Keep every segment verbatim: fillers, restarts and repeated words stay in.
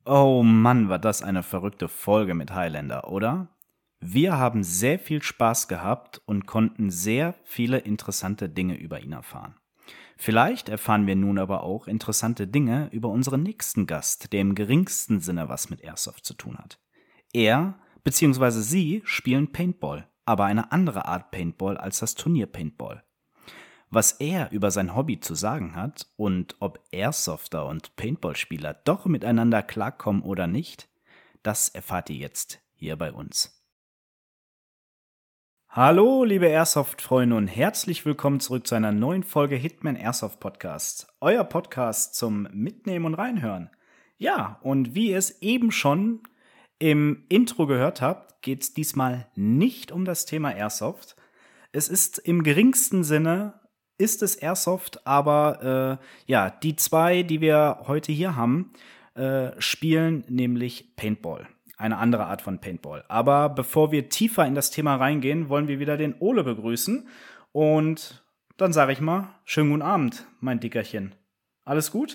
Oh Mann, war das eine verrückte Folge mit Highlander, oder? Wir haben sehr viel Spaß gehabt und konnten sehr viele interessante Dinge über ihn erfahren. Vielleicht erfahren wir nun aber auch interessante Dinge über unseren nächsten Gast, der im geringsten Sinne was mit Airsoft zu tun hat. Er bzw. sie spielen Paintball, aber eine andere Art Paintball als das Turnier-Paintball. Was er über sein Hobby zu sagen hat und ob Airsofter und Paintballspieler doch miteinander klarkommen oder nicht, das erfahrt ihr jetzt hier bei uns. Hallo, liebe Airsoft-Freunde und herzlich willkommen zurück zu einer neuen Folge Hitman Airsoft Podcast. Euer Podcast zum Mitnehmen und Reinhören. Ja, und wie ihr es eben schon im Intro gehört habt, geht es diesmal nicht um das Thema Airsoft. Es ist im geringsten Sinne ist es Airsoft, aber äh, ja, die zwei, die wir heute hier haben, äh, spielen nämlich Paintball. Eine andere Art von Paintball. Aber bevor wir tiefer in das Thema reingehen, wollen wir wieder den Ole begrüßen. Und dann sage ich mal, schönen guten Abend, mein Dickerchen. Alles gut?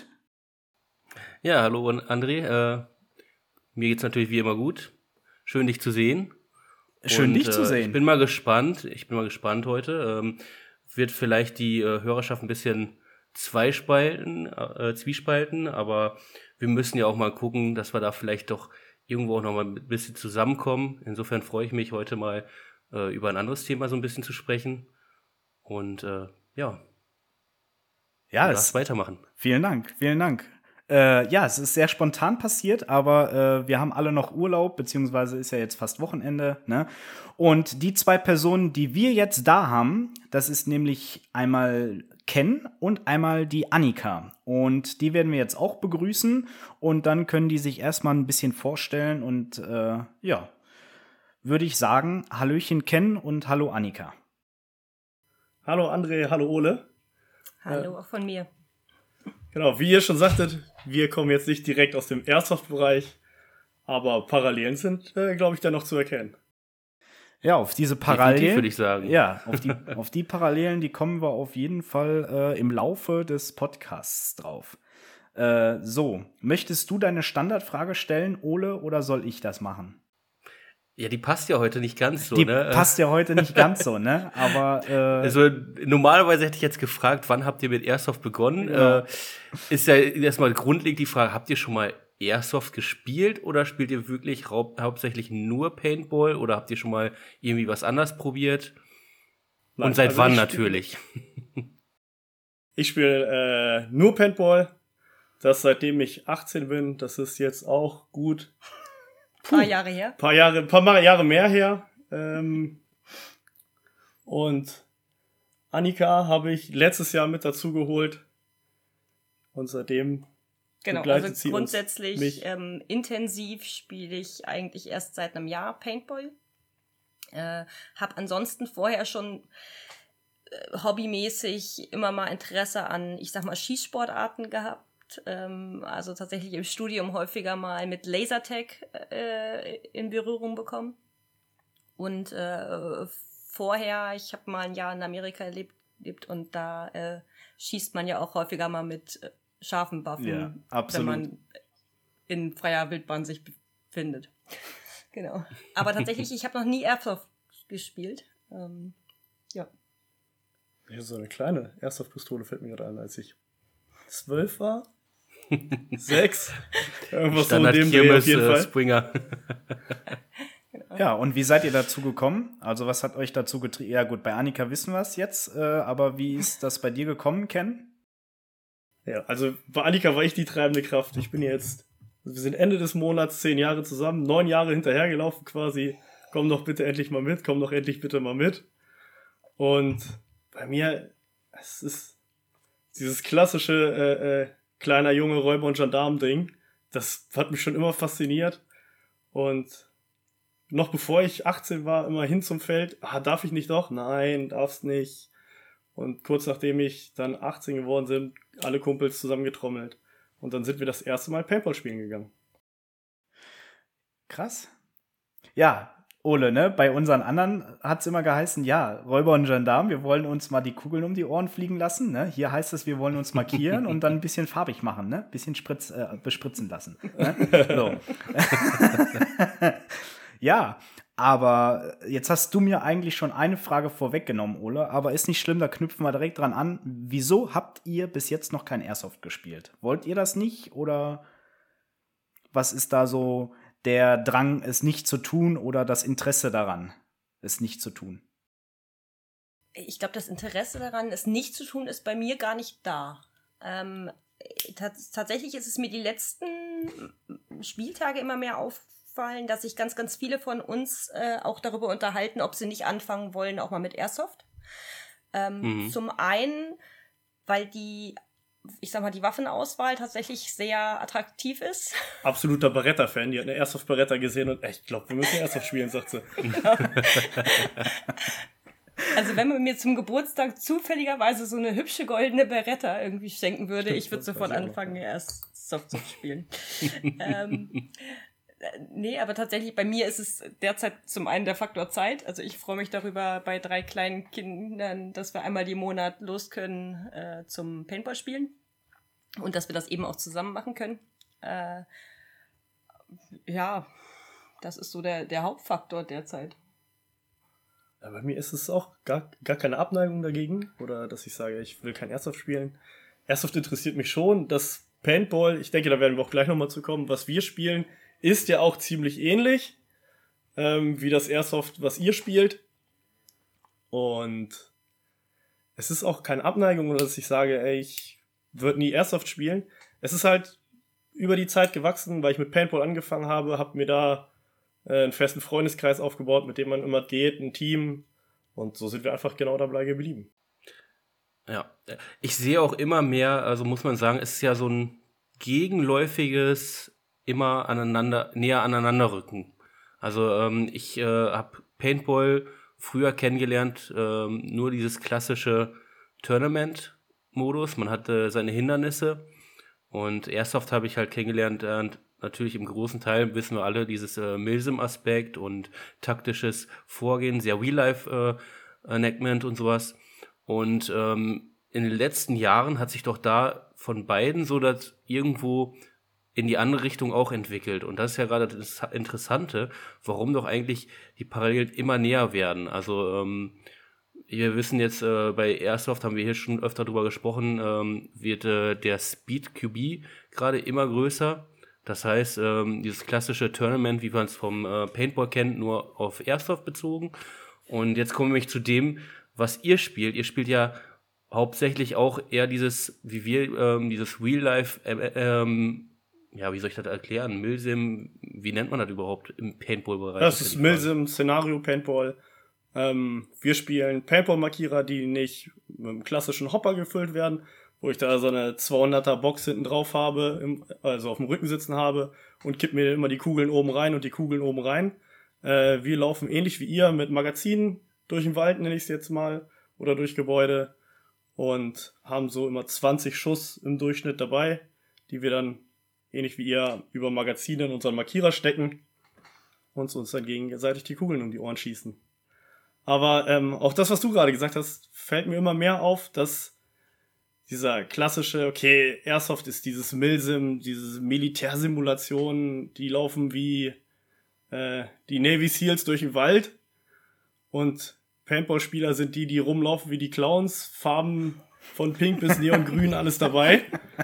Ja, hallo André. Äh, mir geht's natürlich wie immer gut. Schön, dich zu sehen. Schön, Und, dich zu äh, sehen. Ich bin mal gespannt. Ich bin mal gespannt heute. Ähm, wird vielleicht die äh, Hörerschaft ein bisschen zweispalten, äh, zwiespalten, aber wir müssen ja auch mal gucken, dass wir da vielleicht doch irgendwo auch noch mal ein bisschen zusammenkommen. Insofern freue ich mich, heute mal äh, über ein anderes Thema so ein bisschen zu sprechen. Und äh, ja, Ja, du es, darfst weitermachen. vielen Dank, vielen Dank. Äh, ja, es ist sehr spontan passiert, aber äh, wir haben alle noch Urlaub, beziehungsweise ist ja jetzt fast Wochenende, ne? Und die zwei Personen, die wir jetzt da haben, das ist nämlich einmal Ken und einmal die Annika. Und die werden wir jetzt auch begrüßen und dann können die sich erstmal ein bisschen vorstellen und äh, ja, würde ich sagen, Hallöchen Ken und hallo Annika. Hallo André, hallo Ole. Hallo, auch von mir. Genau, wie ihr schon sagtet, wir kommen jetzt nicht direkt aus dem Airsoft-Bereich, aber Parallelen sind, äh, glaube ich, da noch zu erkennen. Ja, auf diese Parallelen, würde ich sagen. Ja, auf die, auf die Parallelen, die kommen wir auf jeden Fall äh, im Laufe des Podcasts drauf. Äh, so, möchtest du deine Standardfrage stellen, Ole, oder soll ich das machen? Ja, die passt ja heute nicht ganz so, die ne? passt ja heute nicht ganz so, ne? Aber äh, Also normalerweise hätte ich jetzt gefragt, wann habt ihr mit Airsoft begonnen? Ja. Äh, ist ja erstmal grundlegend die Frage, habt ihr schon mal Airsoft gespielt oder spielt ihr wirklich hau- hauptsächlich nur Paintball oder habt ihr schon mal irgendwie was anderes probiert? Nein, Und seit also wann ich natürlich? Ich spiele äh, nur Paintball, das seitdem ich achtzehn bin, das ist jetzt auch gut Ein paar Jahre her. paar Jahre, paar Mal Jahre mehr her. Ähm, und Annika habe ich letztes Jahr mit dazu geholt und seitdem Genau, begleitet also sie uns, grundsätzlich mich. ähm, intensiv spiele ich eigentlich erst seit einem Jahr Paintball. Äh, hab ansonsten vorher schon äh, hobbymäßig immer mal Interesse an, ich sag mal, Schießsportarten gehabt. Ähm, also tatsächlich im Studium häufiger mal mit Lasertag äh, in Berührung bekommen. Und äh, vorher, ich habe mal ein Jahr in Amerika erlebt, erlebt und da äh, schießt man ja auch häufiger mal mit äh, scharfen Waffen, Ja, wenn absolut. man in freier Wildbahn sich befindet. Genau. Aber tatsächlich, ich habe noch nie Airsoft gespielt. Ähm, ja. Ja, so eine kleine Airsoft-Pistole fällt mir gerade ein, als ich zwölf war. Sechs. Irgendwas so in Standard dem Dreh auf Kirmes jeden äh, Fall. Springer. ja, und wie seid ihr dazu gekommen? Also was hat euch dazu getrieben? Ja gut, bei Annika wissen wir es jetzt, äh, aber wie ist das bei dir gekommen, Ken? Ja, also bei Annika war ich die treibende Kraft. Ich bin jetzt, wir sind Ende des Monats zehn Jahre zusammen, neun Jahre hinterhergelaufen quasi. Komm doch bitte endlich mal mit, komm doch endlich bitte mal mit. Und bei mir, es ist dieses klassische äh, äh, kleiner Junge Räuber und Gendarm-Ding. Das hat mich schon immer fasziniert. Und noch bevor ich achtzehn war, immer hin zum Feld. Ah, darf ich nicht doch? Nein, darfst nicht. Und kurz nachdem ich dann achtzehn geworden bin, alle Kumpels zusammengetrommelt. Und dann sind wir das erste Mal Paintball spielen gegangen. Krass. Ja, Ole, ne? Bei unseren anderen hat es immer geheißen, ja, Räuber und Gendarm, wir wollen uns mal die Kugeln um die Ohren fliegen lassen. Ne? Hier heißt es, wir wollen uns markieren und dann ein bisschen farbig machen, ne? Ein bisschen spritz, äh, bespritzen lassen. Ne? So. Ja, aber jetzt hast du mir eigentlich schon eine Frage vorweggenommen, Ole, aber ist nicht schlimm, da knüpfen wir direkt dran an. Wieso habt ihr bis jetzt noch kein Airsoft gespielt? Wollt ihr das nicht oder was ist da so der Drang, es nicht zu tun oder das Interesse daran, es nicht zu tun? Ich glaube, das Interesse daran, es nicht zu tun, ist bei mir gar nicht da. Ähm, tats- tatsächlich ist es mir die letzten Spieltage immer mehr aufgefallen, dass sich ganz, ganz viele von uns äh, auch darüber unterhalten, ob sie nicht anfangen wollen, auch mal mit Airsoft. Ähm, mhm. Zum einen, weil die ich sag mal, die Waffenauswahl tatsächlich sehr attraktiv ist. Absoluter Beretta-Fan, die hat eine Airsoft Beretta gesehen und ich glaube, wir müssen Airsoft spielen, sagt sie. Also wenn man mir zum Geburtstag zufälligerweise so eine hübsche goldene Beretta irgendwie schenken würde, Stimmt, ich würde sofort anfangen, Airsoft zu spielen. ähm, nee, aber tatsächlich, bei mir ist es derzeit zum einen der Faktor Zeit. Also ich freue mich darüber bei drei kleinen Kindern, dass wir einmal im Monat los können äh, zum Paintball spielen und dass wir das eben auch zusammen machen können. Äh, ja, das ist so der, der Hauptfaktor derzeit. Ja, bei mir ist es auch gar, gar keine Abneigung dagegen oder dass ich sage, ich will kein Airsoft spielen. Airsoft interessiert mich schon. Das Paintball, ich denke, da werden wir auch gleich nochmal zu kommen, was wir spielen, ist ja auch ziemlich ähnlich ähm, wie das Airsoft, was ihr spielt. Und es ist auch keine Abneigung, oder dass ich sage, ey, ich würde nie Airsoft spielen. Es ist halt über die Zeit gewachsen, weil ich mit Paintball angefangen habe, habe mir da äh, einen festen Freundeskreis aufgebaut, mit dem man immer geht, ein Team. Und so sind wir einfach genau dabei geblieben. Ja, ich sehe auch immer mehr, also muss man sagen, es ist ja so ein gegenläufiges immer aneinander, näher aneinander rücken. Also ähm, ich äh, habe Paintball früher kennengelernt, ähm, nur dieses klassische Tournament-Modus. Man hatte seine Hindernisse und Airsoft habe ich halt kennengelernt, äh, natürlich im großen Teil wissen wir alle, dieses äh, Milsim-Aspekt und taktisches Vorgehen, sehr Real-Life-Enactment äh, und sowas. Und ähm, in den letzten Jahren hat sich doch da von beiden so das irgendwo in die andere Richtung auch entwickelt. Und das ist ja gerade das Interessante, warum doch eigentlich die Parallelen immer näher werden. Also ähm, wir wissen jetzt, äh, bei Airsoft haben wir hier schon öfter drüber gesprochen, ähm, wird äh, der Speed Q B gerade immer größer. Das heißt, ähm, dieses klassische Tournament, wie man es vom äh, Paintball kennt, nur auf Airsoft bezogen. Und jetzt kommen wir zu dem, was ihr spielt. Ihr spielt ja hauptsächlich auch eher dieses, wie wir, ähm, dieses Real-Life, äh, ähm, ja, wie soll ich das erklären? Milsim, wie nennt man das überhaupt im Paintball-Bereich? Das ist Milsim, Szenario-Paintball. Ähm, wir spielen Paintball-Markierer, die nicht mit einem klassischen Hopper gefüllt werden, wo ich da so eine zweihunderter Box hinten drauf habe, im, also auf dem Rücken sitzen habe und kipp mir immer die Kugeln oben rein und die Kugeln oben rein. Äh, wir laufen ähnlich wie ihr mit Magazinen durch den Wald, nenne ich es jetzt mal, oder durch Gebäude und haben so immer zwanzig Schuss im Durchschnitt dabei, die wir dann ähnlich wie ihr über Magazine in unseren Markierer stecken und uns dann gegenseitig die Kugeln um die Ohren schießen. Aber ähm, auch das, was du gerade gesagt hast, fällt mir immer mehr auf, dass dieser klassische, okay, Airsoft ist dieses Milsim, diese Militärsimulation, die laufen wie äh, die Navy Seals durch den Wald und Paintball-Spieler sind die, die rumlaufen wie die Clowns, Farben von pink bis neongrün, alles dabei.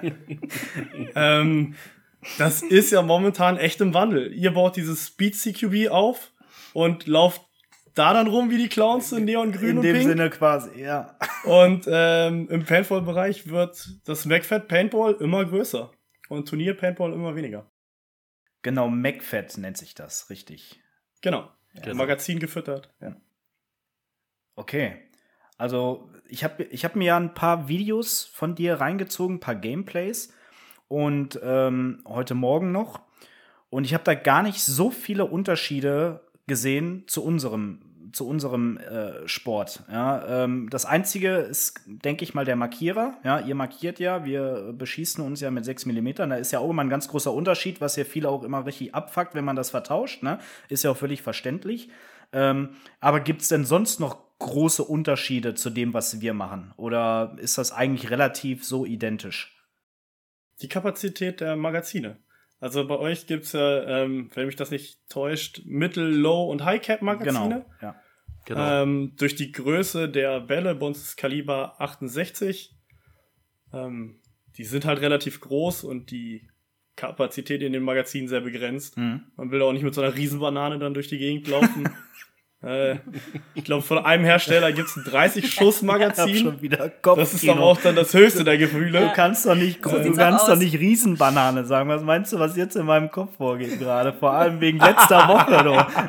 ähm, das ist ja momentan echt im Wandel. Ihr baut dieses Speed C Q B auf und lauft da dann rum wie die Clowns in neongrün in und pink. In dem Sinne quasi, ja. Und ähm, im Paintball-Bereich wird das MacFat Paintball immer größer und Turnier-Paintball immer weniger. Genau, MacFat nennt sich das, richtig. Genau, ja. Magazin gefüttert. Ja. Okay, also ich habe ich hab mir ja ein paar Videos von dir reingezogen, ein paar Gameplays und ähm, heute Morgen noch. Und ich habe da gar nicht so viele Unterschiede gesehen zu unserem, zu unserem äh, Sport. Ja, ähm, das Einzige ist, denke ich mal, der Markierer. Ja, ihr markiert ja, wir beschießen uns ja mit sechs Millimeter. Da ist ja auch immer ein ganz großer Unterschied, was ja viele auch immer richtig abfuckt, wenn man das vertauscht. Ne? Ist ja auch völlig verständlich. Ähm, aber gibt es denn sonst noch große Unterschiede zu dem, was wir machen? Oder ist das eigentlich relativ so identisch? Die Kapazität der Magazine. Also bei euch gibt es ja, ähm, wenn mich das nicht täuscht, Mittel-, Low- und High-Cap-Magazine. Genau, ja. Genau. Ähm, durch die Größe der Bälle, bei uns ist Kaliber achtundsechzig, ähm, die sind halt relativ groß und die Kapazität in den Magazinen sehr begrenzt. Mhm. Man will auch nicht mit so einer Riesenbanane dann durch die Gegend laufen. äh, ich glaube, von einem Hersteller gibt es ein dreißig-Schuss-Magazin. Ich hab schon wieder Kopfkino. Das ist aber auch dann das höchste der Gefühle. Du kannst doch nicht, So du sieht's kannst auch doch aus. nicht Riesenbanane sagen. Was meinst du, was jetzt in meinem Kopf vorgeht gerade? Vor allem wegen letzter Woche,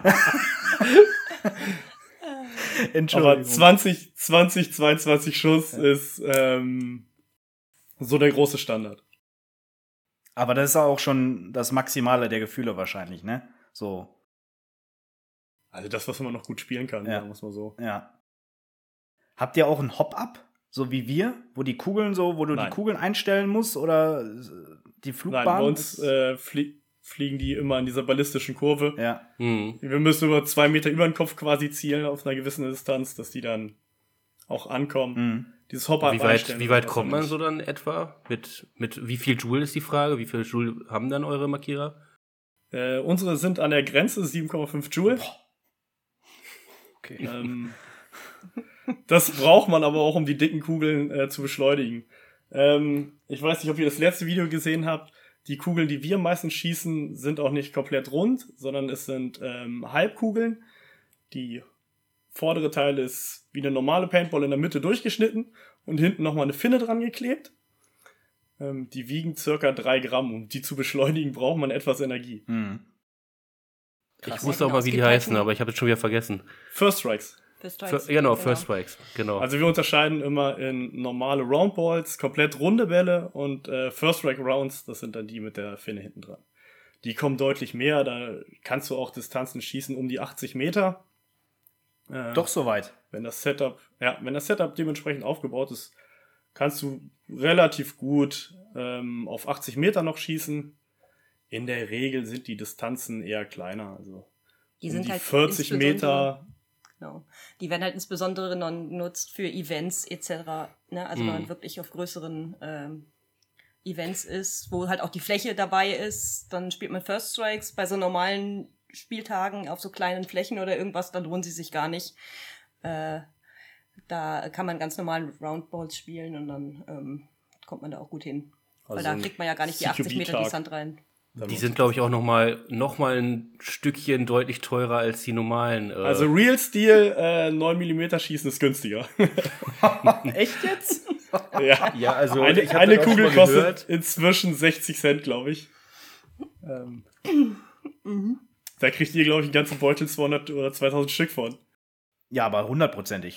du. Entschuldigung. Aber zwanzig, zwanzig, zweiundzwanzig Schuss ist ähm, so der große Standard. Aber das ist auch schon das Maximale der Gefühle wahrscheinlich, ne? So, Also das, was man noch gut spielen kann, Ja. sagen wir es mal so. ja. Habt ihr auch ein Hop-Up, so wie wir, wo die Kugeln so, wo du Nein. die Kugeln einstellen musst oder äh, die Flugbahn? Nein, bei uns ist- äh, flie fliegen die immer in dieser ballistischen Kurve. ja. Mhm. Wir müssen über zwei Meter über den Kopf quasi zielen auf einer gewissen Distanz, dass die dann auch ankommen. Mhm. Dieses Hop-Up Wie weit, einstellen, wie weit das kommt aber man nicht. so dann etwa? Mit, mit wie viel Joule ist die Frage? Wie viel Joule haben dann eure Markierer? Äh, unsere sind an der Grenze sieben Komma fünf Joule. Okay. Ähm, das braucht man aber auch, um die dicken Kugeln äh, zu beschleunigen. Ähm, ich weiß nicht, ob ihr das letzte Video gesehen habt. Die Kugeln, die wir meistens schießen, sind auch nicht komplett rund, sondern es sind ähm, Halbkugeln. Die vordere Teil ist wie eine normale Paintball in der Mitte durchgeschnitten und hinten nochmal eine Finne dran geklebt. Ähm, die wiegen circa drei Gramm. Um die zu beschleunigen, braucht man etwas Energie. Mhm. Ich Krass. wusste Ja, auch genau, mal, wie es die gibt halt heißen, einen- aber ich habe jetzt schon wieder vergessen. First Strikes. Für Strikes. Fir- genau, First Strikes, genau. Also wir unterscheiden immer in normale Roundballs, komplett runde Bälle und äh, First Strike Rounds, das sind dann die mit der Finne hinten dran. Die kommen deutlich mehr, da kannst du auch Distanzen schießen um die achtzig Meter. Äh, Doch soweit. Wenn das Setup, ja, wenn das Setup dementsprechend aufgebaut ist, kannst du relativ gut ähm, auf achtzig Meter noch schießen. In der Regel sind die Distanzen eher kleiner, also Die um sind die halt vierzig insbesondere- Meter. Genau. Die werden halt insbesondere noch genutzt für Events et cetera. Ne? Also Mhm. wenn man wirklich auf größeren ähm, Events ist, wo halt auch die Fläche dabei ist, dann spielt man First Strikes. Bei so normalen Spieltagen auf so kleinen Flächen oder irgendwas, dann lohnen sie sich gar nicht. Äh, da kann man ganz normal Roundballs spielen und dann ähm, kommt man da auch gut hin. Weil Also da ein kriegt man ja gar nicht die C Q achtzig Meter B-Tag. die Sand rein. Die sind, glaube ich, auch noch mal, noch mal ein Stückchen deutlich teurer als die normalen. Äh, Also Real Steel äh, neun Millimeter schießen ist günstiger. Echt jetzt? ja. ja, also Eine, ich hab eine das auch Kugel schon mal kostet gehört. inzwischen sechzig Cent, glaube ich. Ähm, Da kriegt ihr, glaube ich, einen ganzen Beutel zweihundert oder zweitausend Stück von. Ja, aber hundertprozentig.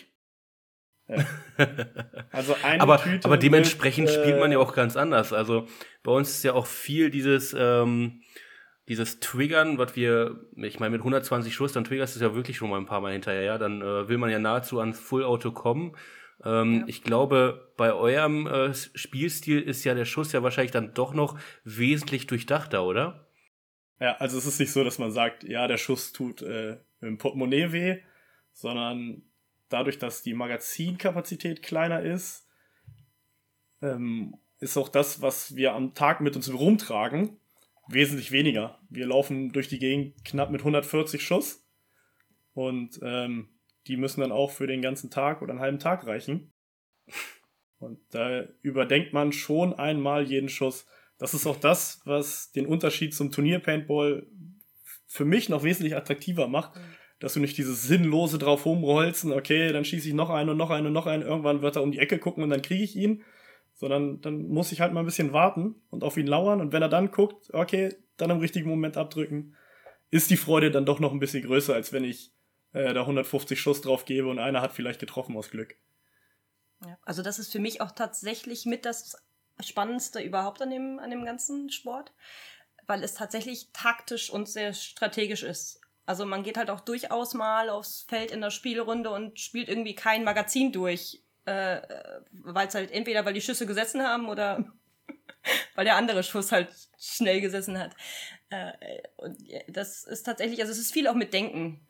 Also eine aber, Tüte aber mit, dementsprechend äh, spielt man ja auch ganz anders. Also bei uns ist ja auch viel dieses, ähm, dieses Triggern, was wir, ich meine, mit hundertzwanzig Schuss, dann triggerst du es ja wirklich schon mal ein paar Mal hinterher, ja. Dann äh, will man ja nahezu ans Full Auto kommen. Ähm, Ja. Ich glaube, bei eurem äh, Spielstil ist ja der Schuss ja wahrscheinlich dann doch noch wesentlich durchdachter, oder? Ja, also es ist nicht so, dass man sagt, ja, der Schuss tut äh, im Portemonnaie weh, sondern dadurch, dass die Magazinkapazität kleiner ist, ähm, ist auch das, was wir am Tag mit uns rumtragen, wesentlich weniger. Wir laufen durch die Gegend knapp mit hundertvierzig Schuss und ähm, die müssen dann auch für den ganzen Tag oder einen halben Tag reichen. Und da überdenkt man schon einmal jeden Schuss. Das ist auch das, was den Unterschied zum Turnier-Paintball für mich noch wesentlich attraktiver macht, dass du nicht dieses sinnlose drauf rumrolzen, okay, dann schieße ich noch einen und noch einen und noch einen, irgendwann wird er um die Ecke gucken und dann kriege ich ihn, sondern dann muss ich halt mal ein bisschen warten und auf ihn lauern und wenn er dann guckt, okay, dann im richtigen Moment abdrücken, ist die Freude dann doch noch ein bisschen größer, als wenn ich äh, da hundertfünfzig Schuss drauf gebe und einer hat vielleicht getroffen aus Glück. Ja, also das ist für mich auch tatsächlich mit das Spannendste überhaupt an dem, an dem ganzen Sport, weil es tatsächlich taktisch und sehr strategisch ist. Also man geht halt auch durchaus mal aufs Feld in der Spielrunde und spielt irgendwie kein Magazin durch, äh, weil es halt entweder, weil die Schüsse gesessen haben oder weil der andere Schuss halt schnell gesessen hat. Äh, und das ist tatsächlich, also es ist viel auch mit Denken.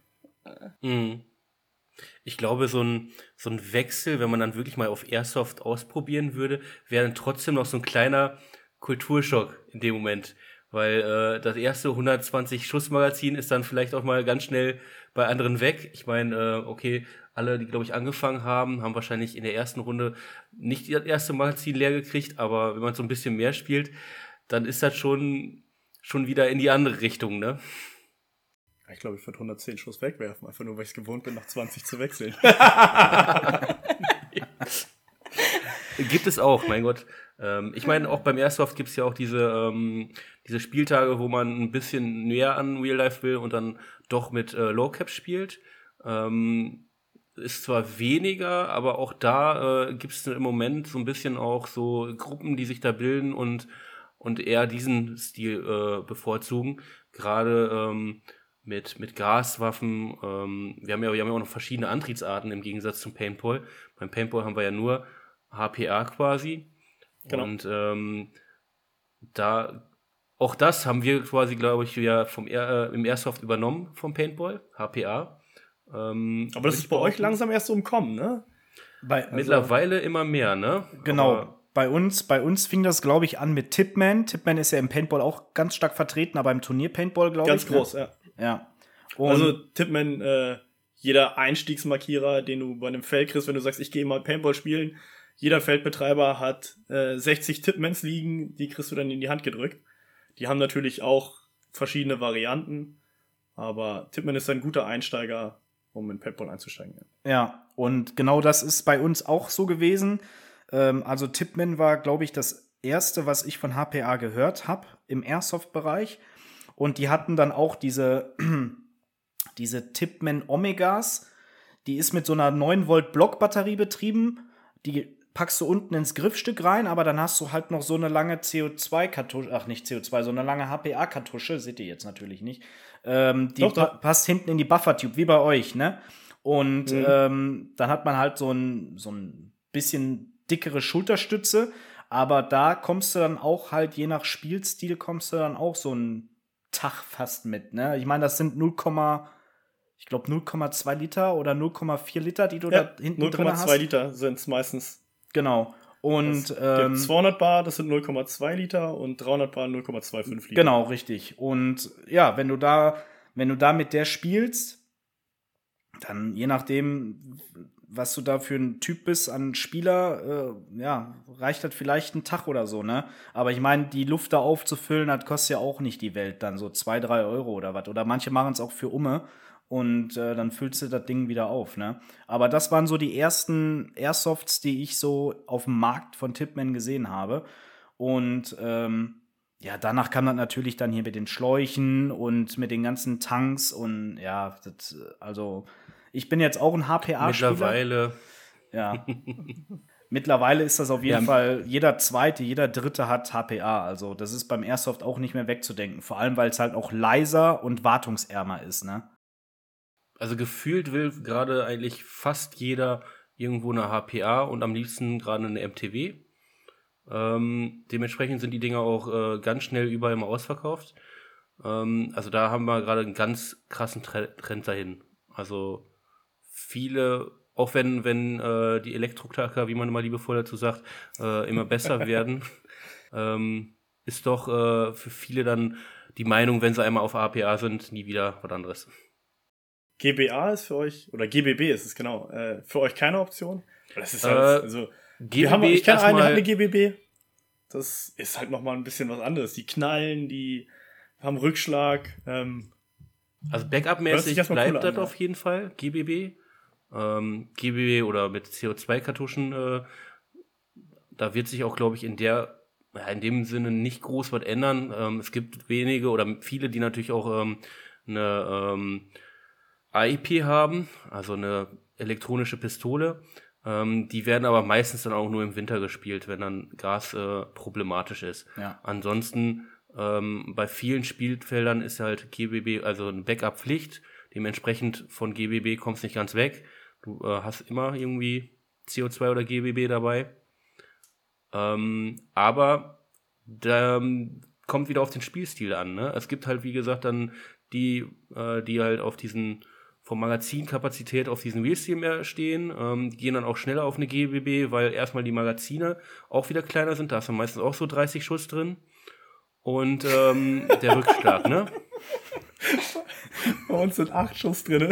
Mhm. Ich glaube, so ein, so ein Wechsel, wenn man dann wirklich mal auf Airsoft ausprobieren würde, wäre dann trotzdem noch so ein kleiner Kulturschock in dem Moment. Weil äh, das erste hundertzwanzig Schuss-Magazin ist dann vielleicht auch mal ganz schnell bei anderen weg. Ich meine, äh, okay, alle, die, glaube ich, angefangen haben, haben wahrscheinlich in der ersten Runde nicht das erste Magazin leer gekriegt, aber wenn man so ein bisschen mehr spielt, dann ist das schon, schon wieder in die andere Richtung, ne? Ich glaube, ich würde hundertzehn Schuss wegwerfen, einfach nur, weil ich es gewohnt bin, nach zwanzig zu wechseln. Gibt es auch, mein Gott. Ähm, ich meine, auch beim Airsoft gibt es ja auch diese, ähm, diese Spieltage, wo man ein bisschen näher an Real Life will und dann doch mit äh, Low Cap spielt. Ähm, ist zwar weniger, aber auch da äh, gibt es im Moment so ein bisschen auch so Gruppen, die sich da bilden und, und eher diesen Stil äh, bevorzugen. Gerade ähm, mit, mit Gaswaffen. Ähm, wir haben ja, wir haben ja auch noch verschiedene Antriebsarten im Gegensatz zum Paintball. Beim Paintball haben wir ja nur H P A quasi. Genau. Und ähm, da auch das haben wir quasi, glaube ich, ja vom Air, äh, im Airsoft übernommen vom Paintball, H P A. Ähm, Aber das ist bei euch langsam erst so im Kommen, ne? Bei, also, mittlerweile immer mehr, ne? Genau. Aber bei uns, bei uns fing das, glaube ich, an mit Tipman. Tipman ist ja im Paintball auch ganz stark vertreten, aber im Turnier-Paintball, glaube ich. Ganz groß, ne? ja. Ja. Und also Tipman, äh, jeder Einstiegsmarkierer, den du bei einem Feld kriegst, wenn du sagst, ich gehe mal Paintball spielen, jeder Feldbetreiber hat äh, sechzig Tipmans liegen, die kriegst du dann in die Hand gedrückt. Die haben natürlich auch verschiedene Varianten, aber Tipman ist ein guter Einsteiger, um in Paintball einzusteigen. Ja, und genau das ist bei uns auch so gewesen. Ähm, also Tipman war, glaube ich, das erste, was ich von H P A gehört habe im Airsoft-Bereich. Und die hatten dann auch diese, diese Tipman Omegas. Die ist mit so einer neun Volt Blockbatterie betrieben. Die packst du unten ins Griffstück rein, aber dann hast du halt noch so eine lange C O zwei Kartusche, ach nicht C O zwei, so eine lange H P A Kartusche, seht ihr jetzt natürlich nicht. Ähm, die doch, doch. Pa- passt hinten in die Buffer-Tube, wie bei euch, ne? Und Mhm. ähm, dann hat man halt so ein, so ein bisschen dickere Schulterstütze, aber da kommst du dann auch halt, je nach Spielstil, kommst du dann auch so einen Tag fast mit, ne? Ich meine, das sind null, ich glaube null Komma zwei Liter oder null Komma vier Liter, die du Ja, da hinten null drin Komma hast. zwei Liter sind es meistens. Genau. Und Es ähm, gibt zweihundert Bar, das sind null Komma zwei Liter und dreihundert Bar null Komma fünfundzwanzig Liter. genau, richtig. Und ja, wenn du da, wenn du da mit der spielst, dann je nachdem, was du da für ein Typ bist an Spieler, äh, ja, reicht das vielleicht einen Tag oder so, ne? Aber ich meine, die Luft da aufzufüllen, das kostet ja auch nicht die Welt, dann so zwei, drei Euro oder was. Oder manche machen es auch für Umme und äh, dann füllst du das Ding wieder auf, ne? Aber das waren so die ersten Airsofts, die ich so auf dem Markt von Tipman gesehen habe. Und ähm, ja, danach kam das natürlich dann hier mit den Schläuchen und mit den ganzen Tanks und ja, das, also ich bin jetzt auch ein H P A-Spieler. mittlerweile. Ja. Mittlerweile ist das auf jeden Ja. Fall, jeder Zweite, jeder Dritte hat H P A. Also das ist beim Airsoft auch nicht mehr wegzudenken. Vor allem, weil es halt auch leiser und wartungsärmer ist, ne? Also gefühlt will gerade eigentlich fast jeder irgendwo eine H P A und am liebsten gerade eine M T W. Ähm, dementsprechend sind die Dinger auch äh, ganz schnell überall immer ausverkauft. Ähm, also da haben wir gerade einen ganz krassen Tre- Trend dahin. Also viele, auch wenn, wenn äh, die Elektrotacker, wie man immer liebevoll dazu sagt, äh, immer besser werden, ähm, ist doch äh, für viele dann die Meinung, wenn sie einmal auf A P A sind, nie wieder was anderes. G B A ist für euch, oder G B B ist es genau, äh, für euch keine Option? Das ist Äh, halt, also, G B B wir haben, ich kenne einen, der hat erstmal- eine G B B. Das ist halt nochmal ein bisschen was anderes. Die knallen, die haben Rückschlag. Ähm, Also Hört sich Backup-mäßig erstmal bleibt cool das an, ja. auf jeden Fall, G B B. Ähm, G B B oder mit C O zwei Kartuschen, äh, da wird sich auch, glaube ich, in der, ja, in dem Sinne nicht groß was ändern. Ähm, es gibt wenige oder viele, die natürlich auch ähm, eine ähm, I P haben, also eine elektronische Pistole. Ähm, die werden aber meistens dann auch nur im Winter gespielt, wenn dann Gas äh, problematisch ist. Ja. Ansonsten ähm, bei vielen Spielfeldern ist halt G B B, also eine Backup-Pflicht. Dementsprechend von G B B kommst nicht ganz weg. Du äh, hast immer irgendwie C O zwei oder G B B dabei. Ähm, aber da ähm, kommt wieder auf den Spielstil an. Ne? Es gibt halt, wie gesagt, dann die, äh, die halt auf diesen vom Magazinkapazität auf diesen Wheels mehr stehen. Ähm, die gehen dann auch schneller auf eine G B B, weil erstmal die Magazine auch wieder kleiner sind. Da ist dann meistens auch so dreißig Schuss drin. Und ähm, der Rückschlag, ne? Bei uns sind acht Schuss drin.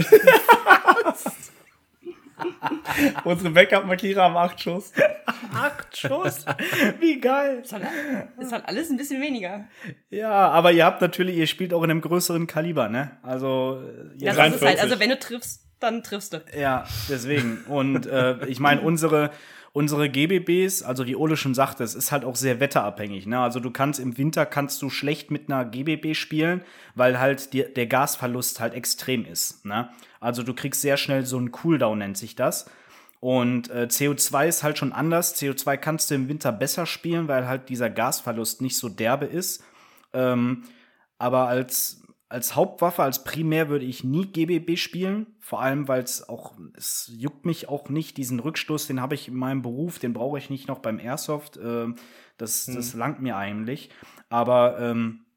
Unsere Backup-Markierer haben acht Schuss. Acht Schuss? Wie geil. Ist halt, ist halt alles ein bisschen weniger. Ja, aber ihr habt natürlich, ihr spielt auch in einem größeren Kaliber, ne? Also, ihr Ja, seid- das ist halt, also wenn du triffst, dann triffst du. ja, deswegen. Und äh, ich meine, unsere, unsere G B Bs, also wie Ole schon sagte, es ist halt auch sehr wetterabhängig, ne? Also du kannst im Winter kannst du schlecht mit einer G B B spielen, weil halt die, der Gasverlust halt extrem ist, ne? Also du kriegst sehr schnell so einen Cooldown, nennt sich das. Und äh, C O zwei ist halt schon anders. C O zwei kannst du im Winter besser spielen, weil halt dieser Gasverlust nicht so derbe ist. Ähm, aber als, als Hauptwaffe, als Primär würde ich nie G B B spielen. Vor allem, weil es auch, es juckt mich auch nicht. Diesen Rückstoß, den habe ich in meinem Beruf, den brauche ich nicht noch beim Airsoft. Ähm, das, das langt mir eigentlich. Aber ähm,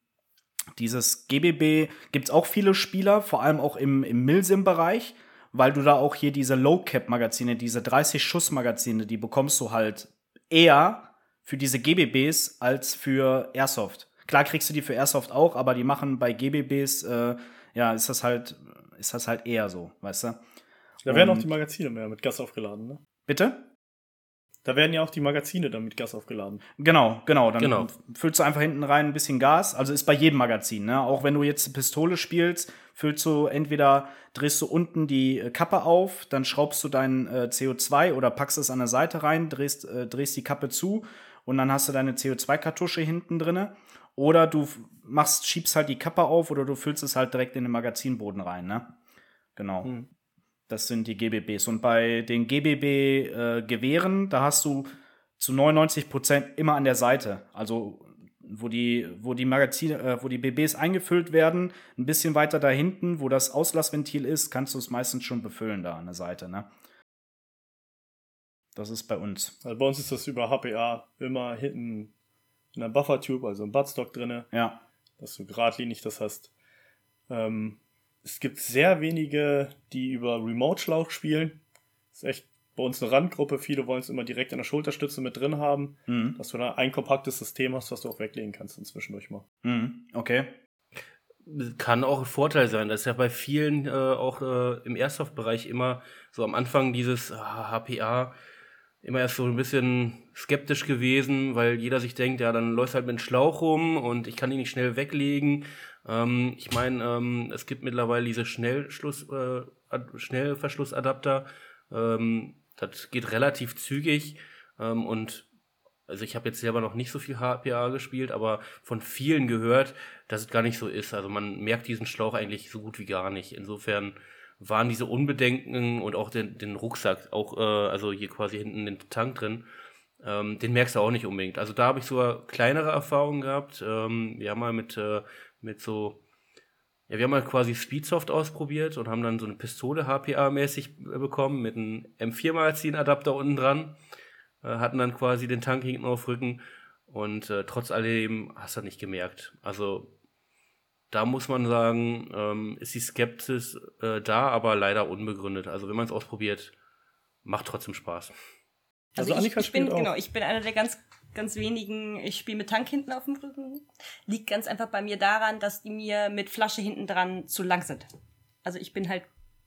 dieses G B B gibt es auch viele Spieler, vor allem auch im, im Milsim-Bereich, weil du da auch hier diese Low-Cap-Magazine, diese dreißig-Schuss-Magazine, die bekommst du halt eher für diese G B Bs als für Airsoft. Klar kriegst du die für Airsoft auch, aber die machen bei G B Bs, äh, ja, ist das halt, ist das halt eher so, weißt du? Da werden auch Und- die Magazine mehr mit Gas aufgeladen, ne? Bitte? Da werden ja auch die Magazine dann mit Gas aufgeladen. Genau, genau. Dann Genau. füllst du einfach hinten rein ein bisschen Gas. Also ist bei jedem Magazin, ne? Auch wenn du jetzt Pistole spielst, füllst du entweder drehst du unten die äh, Kappe auf, dann schraubst du dein äh, C O zwei oder packst es an der Seite rein, drehst, äh, drehst die Kappe zu und dann hast du deine C O zwei Kartusche hinten drinne. Oder du f- machst, schiebst halt die Kappe auf oder du füllst es halt direkt in den Magazinboden rein, ne? Genau. Hm. Das sind die G B Bs. Und bei den G B B-Gewehren, da hast du zu neunundneunzig Prozent immer an der Seite. Also wo die, wo die Magazine, äh, wo die B Bs eingefüllt werden, ein bisschen weiter da hinten, wo das Auslassventil ist, kannst du es meistens schon befüllen da an der Seite, ne? Das ist bei uns. Also bei uns ist das über H P A immer hinten in der Buffer-Tube, also im Buttstock drinne, Ja. dass du geradlinig das hast. Ähm, es gibt sehr wenige, die über Remote-Schlauch spielen. Das ist echt bei uns eine Randgruppe. Viele wollen es immer direkt in der Schulterstütze mit drin haben, Mhm. dass du da ein kompaktes System hast, was du auch weglegen kannst dann zwischendurch mal. Mhm. Okay. Kann auch ein Vorteil sein. Das ist ja bei vielen äh, auch äh, im Airsoft-Bereich immer so am Anfang dieses ah, H P A immer erst so ein bisschen skeptisch gewesen, weil jeder sich denkt, ja, dann läuft halt mit einem Schlauch rum und ich kann ihn nicht schnell weglegen. Ähm, ich meine, ähm, es gibt mittlerweile diese Schnellschluss, äh, Ad- Schnellverschlussadapter. Ähm, das geht relativ zügig ähm, und also ich habe jetzt selber noch nicht so viel H P A gespielt, aber von vielen gehört, dass es gar nicht so ist. Also man merkt diesen Schlauch eigentlich so gut wie gar nicht. Insofern waren diese Unbedenken und auch den, den Rucksack, auch äh, also hier quasi hinten den Tank drin, ähm, den merkst du auch nicht unbedingt. Also da habe ich sogar kleinere Erfahrungen gehabt. Ähm, wir haben mal mit, äh, mit so, ja, wir haben mal quasi Speedsoft ausprobiert und haben dann so eine Pistole H P A-mäßig bekommen mit einem M vier Magazinadapter unten dran. Äh, hatten dann quasi den Tank hinten auf Rücken und äh, trotz alledem hast du nicht gemerkt. Also da muss man sagen, ähm, ist die Skepsis äh, da, aber leider unbegründet. Also wenn man es ausprobiert, macht trotzdem Spaß. Also Also ich, Annika ich bin spielt auch. genau, ich bin einer der ganz ganz wenigen. Ich spiele mit Tank hinten auf dem Rücken. Liegt ganz einfach bei mir daran, dass die mir mit Flasche hinten dran zu lang sind. Also ich bin halt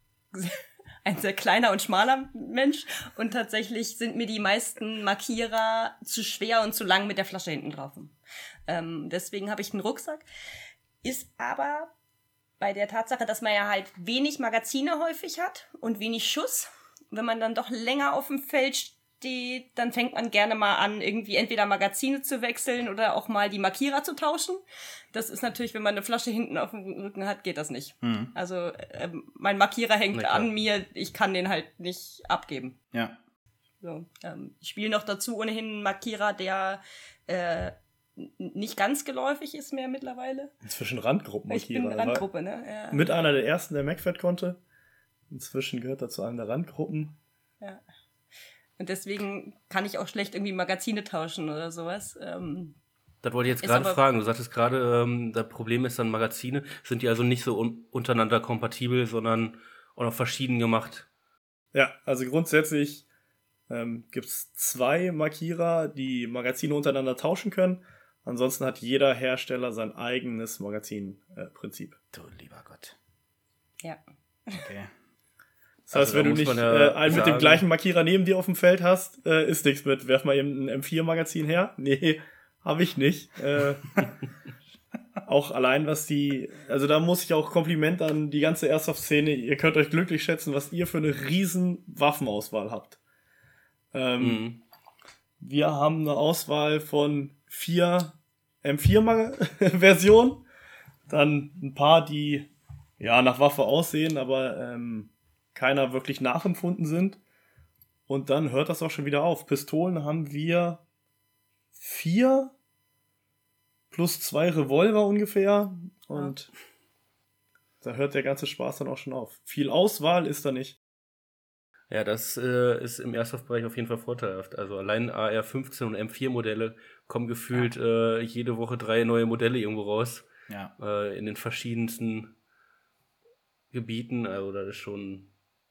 ein sehr kleiner und schmaler Mensch und tatsächlich sind mir die meisten Markierer zu schwer und zu lang mit der Flasche hinten drauf. Ähm, deswegen habe ich einen Rucksack. Ist aber bei der Tatsache, dass man ja halt wenig Magazine häufig hat und wenig Schuss, wenn man dann doch länger auf dem Feld steht, dann fängt man gerne mal an, irgendwie entweder Magazine zu wechseln oder auch mal die Markierer zu tauschen. Das ist natürlich, wenn man eine Flasche hinten auf dem Rücken hat, geht das nicht. Mhm. Also ähm, mein Markierer hängt Na klar. an mir, ich kann den halt nicht abgeben. Ja. So, ähm, ich spiele noch dazu ohnehin einen Markierer, der äh, n- nicht ganz geläufig ist mehr mittlerweile. Inzwischen Ich Randgruppenmarkierer. bin Er war Randgruppe, ne? Ja. Mit einer der ersten, der MacFed konnte. Inzwischen gehört er zu einer der Randgruppen. Ja. Und deswegen kann ich auch schlecht irgendwie Magazine tauschen oder sowas. Ähm, Das wollte ich jetzt Ist gerade aber- fragen. Du sagtest gerade, ähm, das Problem ist dann Magazine. Sind die also nicht so un untereinander kompatibel, sondern auch noch verschieden gemacht. Ja, also grundsätzlich ähm, gibt es zwei Markierer, die Magazine untereinander tauschen können. Ansonsten hat jeder Hersteller sein eigenes Magazinprinzip. Äh, du lieber Gott. Ja. Okay. Das heißt, Also, wenn da du muss nicht man ja äh, einen mit sagen- dem gleichen Markierer neben dir auf dem Feld hast, äh, ist nichts mit. Werf mal eben ein M vier Magazin her. Nee, habe ich nicht. Äh, auch allein, was die, also da muss ich auch Kompliment an die ganze Airsoft-Szene. Ihr könnt euch glücklich schätzen, was ihr für eine riesen Waffenauswahl habt. Ähm, Mhm. Wir haben eine Auswahl von vier M vier-Versionen. Dann ein paar, die ja nach Waffe aussehen, aber ähm, keiner wirklich nachempfunden sind. Und dann hört das auch schon wieder auf. Pistolen haben wir vier plus zwei Revolver ungefähr. Und da hört der ganze Spaß dann auch schon auf. Viel Auswahl ist da nicht. Ja, das äh, ist im Airsoft-Bereich auf jeden Fall vorteilhaft. Also allein A R fünfzehn und M vier Modelle kommen gefühlt äh, jede Woche drei neue Modelle irgendwo raus. Ja. Äh, in den verschiedensten Gebieten. Also das ist schon...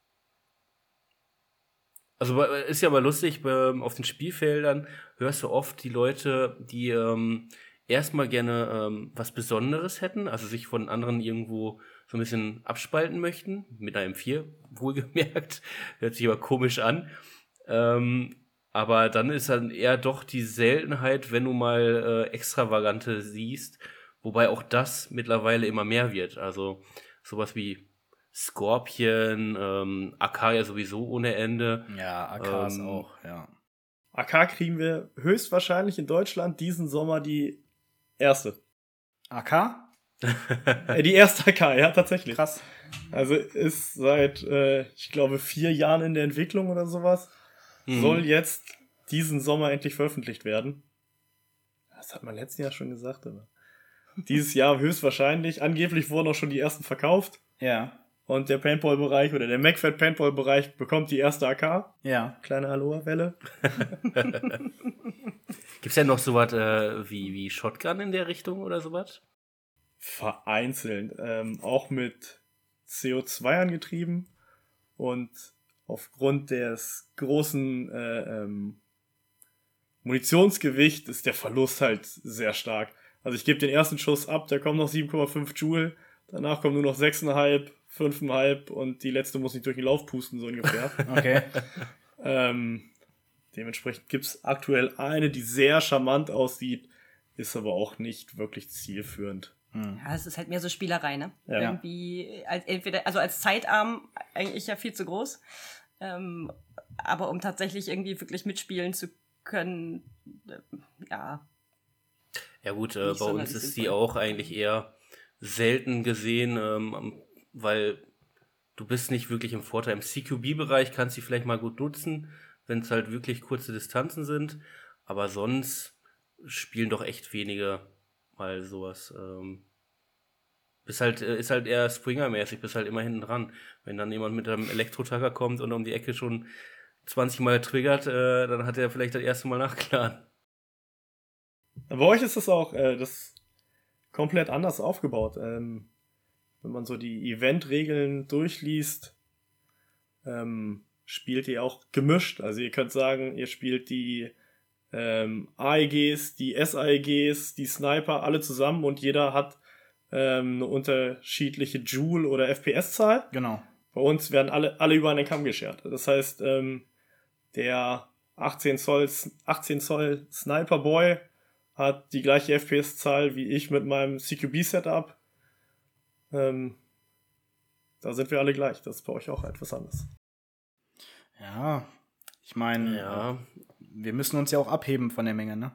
Also äh, ist ja aber lustig, bei, auf den Spielfeldern hörst du oft die Leute, die ähm, erstmal gerne ähm, was Besonderes hätten, also sich von anderen irgendwo so ein bisschen abspalten möchten, mit einer M vier, wohlgemerkt, hört sich aber komisch an. Ähm, aber dann ist dann eher doch die Seltenheit, wenn du mal äh, Extravagante siehst, wobei auch das mittlerweile immer mehr wird. Also sowas wie Scorpion, ähm, A K ja sowieso ohne Ende. Ja, A Ks Ähm, auch, ja. A K kriegen wir höchstwahrscheinlich in Deutschland diesen Sommer die erste. A K? Äh, die erste A K, ja, tatsächlich. Krass. Also ist seit, äh, ich glaube, vier Jahren in der Entwicklung oder sowas. Mhm. Soll jetzt diesen Sommer endlich veröffentlicht werden. Das hat man letzten Jahr schon gesagt, aber dieses Jahr höchstwahrscheinlich. Angeblich wurden auch schon die ersten verkauft. Ja. Und der Paintball-Bereich oder der MacFed Paintball-Bereich bekommt die erste A K. Ja. Kleine Aloha-Welle. Gibt's ja noch sowas äh, wie, wie Shotgun in der Richtung oder sowas? Vereinzelt. Ähm, auch mit C O zwei angetrieben. Und aufgrund des großen äh, ähm, Munitionsgewicht ist der Verlust halt sehr stark. Also ich gebe den ersten Schuss ab, da kommen noch sieben Komma fünf Joule. Danach kommen nur noch sechs Komma fünf, fünf Komma fünf und die letzte muss nicht durch den Lauf pusten, so ungefähr. Okay. ähm, dementsprechend gibt's aktuell eine, die sehr charmant aussieht, ist aber auch nicht wirklich zielführend. Ja, es ist halt mehr so Spielerei, ne? Ja. Irgendwie, als, entweder, also als Zeitarm eigentlich ja viel zu groß. Ähm, aber um tatsächlich irgendwie wirklich mitspielen zu können, äh, ja. Ja gut, äh, Nicht bei sonderlich uns ist sinnvoll. die auch eigentlich eher selten gesehen, ähm, weil du bist nicht wirklich im Vorteil. Im C Q B-Bereich kannst du die vielleicht mal gut nutzen, wenn es halt wirklich kurze Distanzen sind. Aber sonst spielen doch echt wenige mal sowas. Ähm, bist halt, äh, ist halt eher Springer-mäßig, bist halt immer hinten dran. Wenn dann jemand mit einem Elektro-Tagger kommt und um die Ecke schon zwanzig Mal triggert, äh, dann hat er vielleicht das erste Mal nachgeladen. Bei euch ist das auch äh, das komplett anders aufgebaut. Ähm, wenn man so die Event-Regeln durchliest, ähm, spielt ihr auch gemischt. Also ihr könnt sagen, ihr spielt die ähm, A E Gs, die S A E Gs, die Sniper, alle zusammen und jeder hat ähm, eine unterschiedliche Joule- oder F P S-Zahl. Genau. Bei uns werden alle, alle über einen Kamm geschert. Das heißt, ähm, der achtzehn Zoll, achtzehn Zoll Sniper Boy hat die gleiche F P S-Zahl wie ich mit meinem C Q B-Setup. Ähm, da sind wir alle gleich. Das ist bei euch auch etwas anders. Ja, ich meine, Ja, wir müssen uns ja auch abheben von der Menge, ne?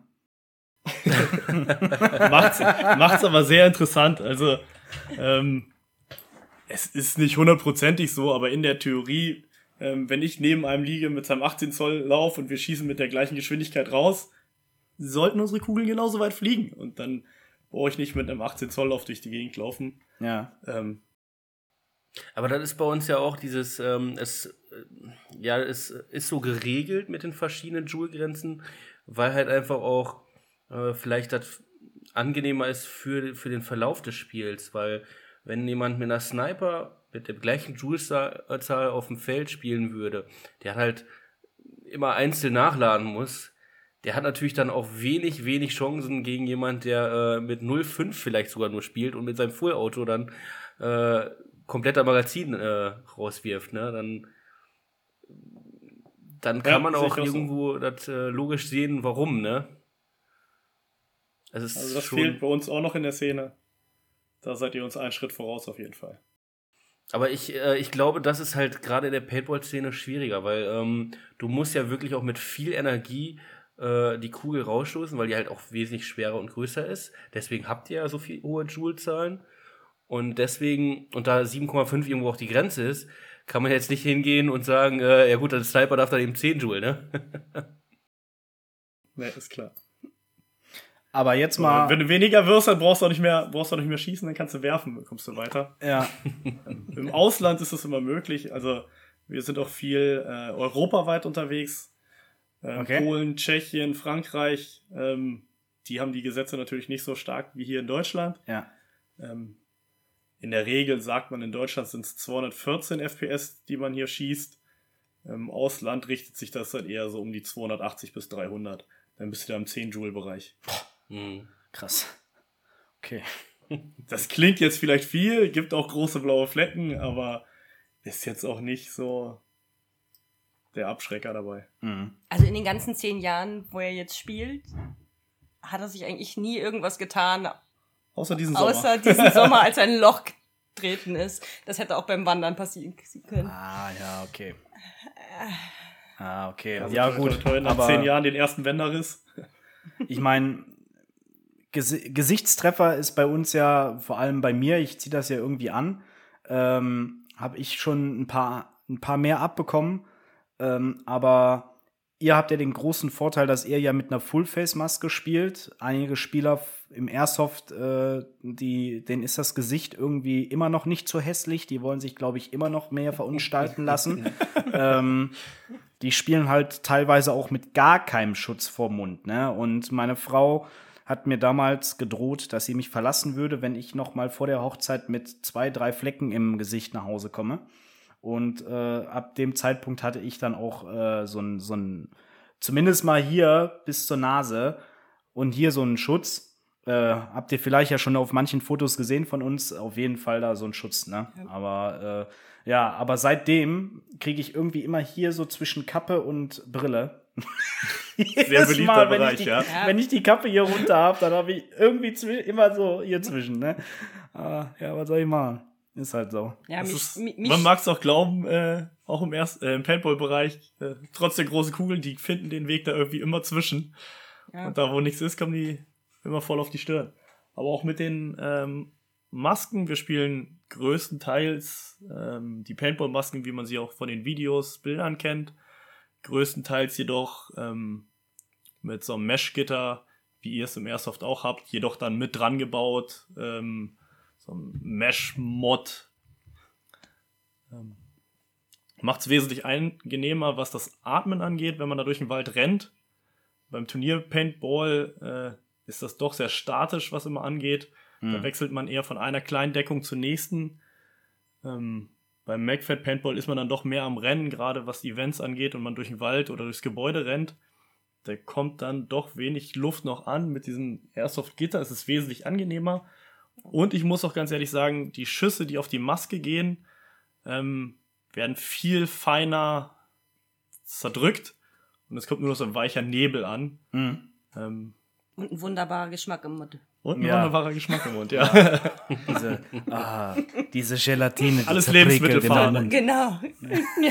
macht's, macht's aber sehr interessant. Also, ähm, es ist nicht hundertprozentig so, aber in der Theorie, ähm, wenn ich neben einem liege mit seinem achtzehn Zoll Lauf und wir schießen mit der gleichen Geschwindigkeit raus, sollten unsere Kugeln genauso weit fliegen. Und dann brauche ich nicht mit einem achtzehn Zoll Lauf durch die Gegend laufen. Ja. Ähm, aber das ist bei uns ja auch dieses, ähm, es, äh, ja, es ist so geregelt mit den verschiedenen Joule-Grenzen, weil halt einfach auch äh, vielleicht das angenehmer ist für, für den Verlauf des Spiels, weil wenn jemand mit einer Sniper mit der gleichen Joule-Zahl auf dem Feld spielen würde, der halt immer einzeln nachladen muss, der hat natürlich dann auch wenig, wenig Chancen gegen jemand, der äh, mit null Komma fünf vielleicht sogar nur spielt und mit seinem Full-Auto dann äh, kompletter Magazin äh, rauswirft. Ne? Dann, dann kann Ja, man sehe ich auch auch irgendwo so. das äh, logisch sehen, warum. Ne? Also, es ist also das schon fehlt bei uns auch noch in der Szene. Da seid ihr uns einen Schritt voraus auf jeden Fall. Aber ich, äh, ich glaube, das ist halt gerade in der Paintball-Szene schwieriger, weil ähm, du musst ja wirklich auch mit viel Energie äh, die Kugel rausstoßen, weil die halt auch wesentlich schwerer und größer ist. Deswegen habt ihr ja so viel hohe Joule-Zahlen. Und deswegen, und da sieben Komma fünf irgendwo auch die Grenze ist, kann man jetzt nicht hingehen und sagen, äh, ja gut, ein Sniper darf dann eben zehn Joule, ne? Ne, ist klar. Aber jetzt mal. Wenn du weniger wirst, dann brauchst du auch nicht mehr, brauchst du auch nicht mehr schießen, dann kannst du werfen, dann kommst du weiter. Ja. Im Ausland ist das immer möglich. Also wir sind auch viel äh, europaweit unterwegs. Ähm, Okay. Polen, Tschechien, Frankreich. Ähm, die haben die Gesetze natürlich nicht so stark wie hier in Deutschland. Ja. Ähm, in der Regel sagt man, in Deutschland sind es zweihundertvierzehn F P S, die man hier schießt. Im Ausland richtet sich das dann eher so um die zweihundertachtzig bis dreihundert. Dann bist du da im zehn Joule Bereich. Hm. Krass. Okay. Das klingt jetzt vielleicht viel, gibt auch große blaue Flecken, aber ist jetzt auch nicht so der Abschrecker dabei. Mhm. Also in den ganzen zehn Jahren, wo er jetzt spielt, hat er sich eigentlich nie irgendwas getan, Außer diesen Sommer. außer diesen Sommer, als er ein Loch getreten ist. Das hätte auch beim Wandern passieren können. Ah, ja, okay. Ah, okay. Also ja, toll, gut. toll, toll, nach aber zehn Jahren den ersten Wenderriss. ich meine, Ges Gesichtstreffer ist bei uns ja, vor allem bei mir, ich ziehe das ja irgendwie an, ähm, habe ich schon ein paar, ein paar mehr abbekommen. Ähm, aber ihr habt ja den großen Vorteil, dass ihr ja mit einer Full-Face-Maske spielt. Einige Spieler im Airsoft, äh, die, denen ist das Gesicht irgendwie immer noch nicht so hässlich. Die wollen sich, glaube ich, immer noch mehr verunstalten lassen. ähm, die spielen halt teilweise auch mit gar keinem Schutz vorm Mund. Ne? Und meine Frau hat mir damals gedroht, dass sie mich verlassen würde, wenn ich noch mal vor der Hochzeit mit zwei, drei Flecken im Gesicht nach Hause komme. Und äh, ab dem Zeitpunkt hatte ich dann auch äh, so ein, so ein, zumindest mal hier bis zur Nase und hier so einen Schutz. Äh, habt ihr vielleicht ja schon auf manchen Fotos gesehen von uns, auf jeden Fall da so ein Schutz, ne? Ja. Aber äh, ja, aber seitdem kriege ich irgendwie immer hier so zwischen Kappe und Brille. Sehr beliebter Mal, wenn Bereich, ich die, ja. Wenn ich die Kappe hier runter habe, dann habe ich irgendwie immer so hier zwischen, ne? Ah, ja, was soll ich machen? Ist halt so. Ja, mich, ist, mich, man mag es auch glauben, äh, auch im, Erst, äh, im Paintball-Bereich, äh, trotz der großen Kugeln, die finden den Weg da irgendwie immer zwischen. Ja. Und da, wo nichts ist, kommen die immer voll auf die Stirn. Aber auch mit den ähm, Masken, wir spielen größtenteils ähm, die Paintball-Masken, wie man sie auch von den Videos, Bildern kennt. Größtenteils jedoch ähm, mit so einem Mesh-Gitter, wie ihr es im Airsoft auch habt, jedoch dann mit dran gebaut, ähm, so ein Mesh-Mod. Ähm, macht es wesentlich angenehmer, was das Atmen angeht, wenn man da durch den Wald rennt. Beim Turnier-Paintball äh, ist das doch sehr statisch, was immer angeht. Mhm. Da wechselt man eher von einer kleinen Deckung zur nächsten. Ähm, beim MagFed Paintball ist man dann doch mehr am Rennen, gerade was die Events angeht und man durch den Wald oder durchs Gebäude rennt. Da kommt dann doch wenig Luft noch an. Mit diesem Airsoft-Gitter ist es wesentlich angenehmer. Und ich muss auch ganz ehrlich sagen, die Schüsse, die auf die Maske gehen, ähm, werden viel feiner zerdrückt. Und es kommt nur noch so ein weicher Nebel an. Mhm. Ähm, und ein wunderbarer Geschmack im Mund. Und ein Ja. wunderbarer Geschmack im Mund, ja. Ja. Diese, ah, diese Gelatine. Die Alles zerprickelt Lebensmittelfarbe. im Mund. Genau. Ja.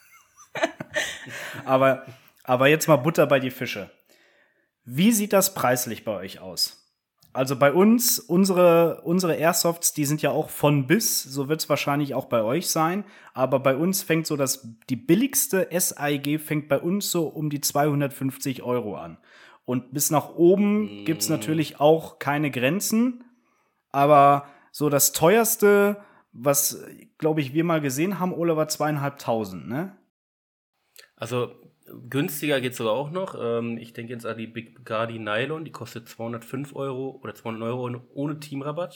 Aber, aber jetzt mal Butter bei die Fische. Wie sieht das preislich bei euch aus? Also bei uns, unsere, unsere Airsofts, die sind ja auch von bis, so wird es wahrscheinlich auch bei euch sein, aber bei uns fängt so das, die billigste S A I G fängt bei uns so um die zweihundertfünfzig Euro an. Und bis nach oben gibt es natürlich auch keine Grenzen, aber so das teuerste, was, glaube ich, wir mal gesehen haben, Ole, war zweieinhalbtausend, ne? Also günstiger geht es sogar auch noch. Ähm, ich denke jetzt an die Big Gardi Nylon, die kostet zweihundertfünf Euro oder zweihundert Euro ohne Teamrabatt.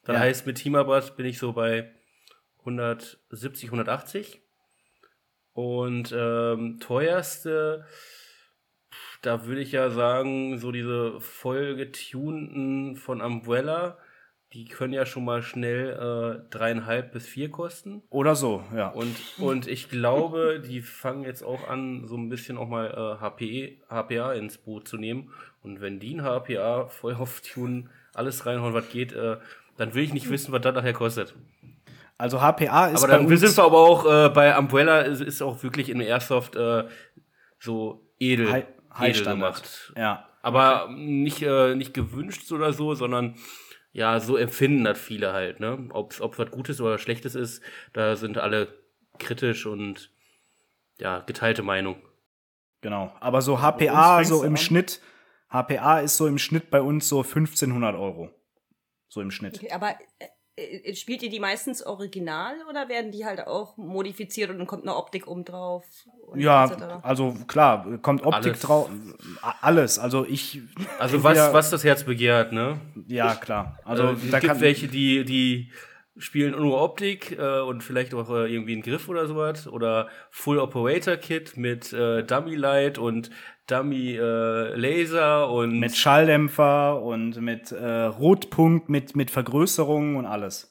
Das Ja. heißt, mit Teamrabatt bin ich so bei hundertsiebzig, hundertachtzig. Und ähm, teuerste, pf, da würde ich ja sagen, so diese voll getunten von Umbrella, die können ja schon mal schnell äh, dreieinhalb bis vier kosten. Oder so, ja. Und, und ich glaube, die fangen jetzt auch an, so ein bisschen auch mal äh, H P, H P A ins Boot zu nehmen. Und wenn die ein H P A voll auf Tune alles reinhauen, was geht, äh, dann will ich nicht wissen, was das nachher kostet. Also H P A ist Aber bei dann uns... sind wir aber auch äh, bei Umbrella, ist, ist auch wirklich in Airsoft äh, so edel, High- edel High-Standard. gemacht. Ja. Aber nicht, äh, nicht gewünscht oder so, sondern ja, so empfinden das viele halt, ne? Ob es was Gutes oder Schlechtes ist, da sind alle kritisch und ja, geteilte Meinung. Genau. Aber so bei H P A, uns so fängst du im an. Schnitt, H P A ist so im Schnitt bei uns so fünfzehnhundert Euro. So im Schnitt. Okay, aber äh, äh, spielt ihr die meistens original oder werden die halt auch modifiziert und dann kommt eine Optik oben drauf? und et Ja, cetera? also klar, kommt Optik Alles. drauf. a- Alles. Also ich. Also was, entweder- was das Herz begehrt, ne? Ja, klar. Also Also, es da gibt kann, welche, die, die spielen nur Optik äh, und vielleicht auch äh, irgendwie einen Griff oder sowas. Oder Full Operator Kit mit äh, Dummy Light und Dummy äh, Laser und mit Schalldämpfer und mit äh, Rotpunkt, mit, mit Vergrößerung und alles.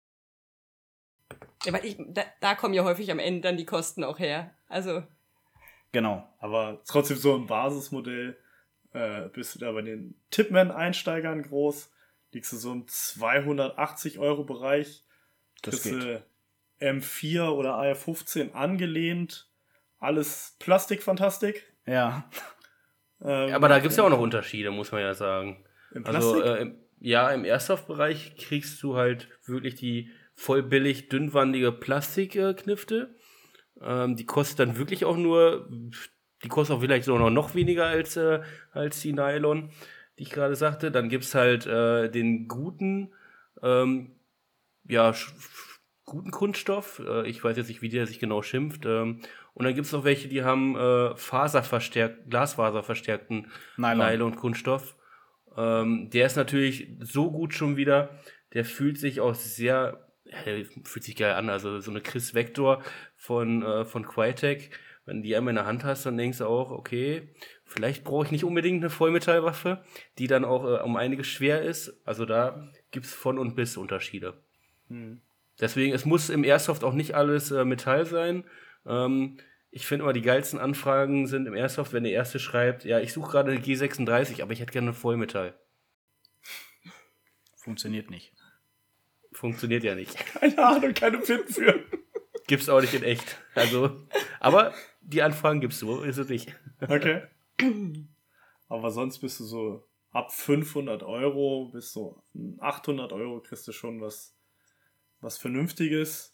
Ja, weil ich, da, da kommen ja häufig am Ende dann die Kosten auch her. Also, Genau. Aber trotzdem so ein Basismodell, äh, bist du da bei den Tipman-Einsteigern groß, liegst du so im zweihundertachtzig Euro Bereich, Das kriegst geht. du M vier oder A R fünfzehn angelehnt, alles Plastikfantastik. Ja. Ähm, aber da gibt's ja auch noch Unterschiede, muss man ja sagen. Im Also Plastik? äh, im, ja, im Airsoft-Bereich kriegst du halt wirklich die voll billig dünnwandige Plastikknifte. Ähm, die kostet dann wirklich auch nur, die kostet auch vielleicht sogar noch weniger als, äh, als die Nylon, die ich gerade sagte. Dann gibt's halt äh, den guten, ähm, ja, sch- guten Kunststoff. Äh, ich weiß jetzt nicht, wie der sich genau schimpft. Ähm, und dann gibt's noch welche, die haben äh, faserverstärkt, Glasfaserverstärkten Nylon. Nylon-Kunststoff. Ähm, der ist natürlich so gut schon wieder. Der fühlt sich auch sehr, ja, der fühlt sich geil an. Also so eine Chris Vector von, äh, von Crytek. Wenn du die einmal in der Hand hast, dann denkst du auch, okay, vielleicht brauche ich nicht unbedingt eine Vollmetallwaffe, die dann auch äh, um einiges schwer ist. Also da gibt's von und bis Unterschiede. Deswegen, es muss im Airsoft auch nicht alles äh, Metall sein. Ähm, ich finde immer, die geilsten Anfragen sind im Airsoft, wenn der Erste schreibt, ja, ich suche gerade eine G sechsunddreißig, aber ich hätte gerne eine Vollmetall. Funktioniert nicht. Funktioniert ja nicht. Keine Ahnung, keine Pin für. Gibt's auch nicht in echt. Also, aber die Anfragen gibt's so, ist es nicht. Okay. Aber sonst bist du so ab fünfhundert Euro bis so achthundert Euro kriegst du schon was, was Vernünftiges.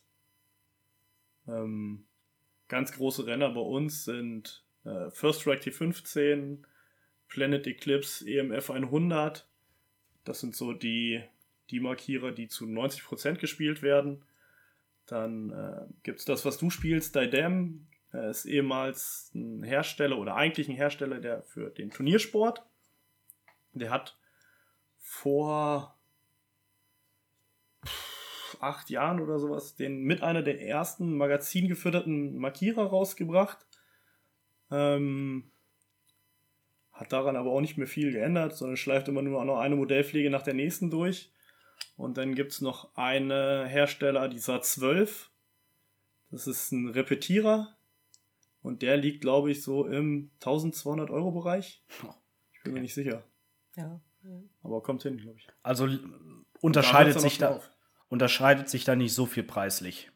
Ähm, ganz große Renner bei uns sind äh, First Strike T fünfzehn, Planet Eclipse E M F hundert. Das sind so die, die Markierer, die zu neunzig Prozent gespielt werden. Dann äh, gibt es das, was du spielst, Didam. Er ist ehemals ein Hersteller oder eigentlich ein Hersteller der für den Turniersport. Der hat vor acht Jahren oder sowas den mit einer der ersten magazingefütterten Markierer rausgebracht. Ähm, hat daran aber auch nicht mehr viel geändert, sondern schleift immer nur noch eine Modellpflege nach der nächsten durch. Und dann gibt es noch einen Hersteller, die S A zwölf. Das ist ein Repetierer. Und der liegt, glaube ich, so im eintausendzweihundert Euro Bereich. Ich bin mir nicht sicher. ja. Aber kommt hin, glaube ich. Also l- Da unterscheidet hört's dann sich auch da, schon auf. unterscheidet sich da nicht so viel preislich.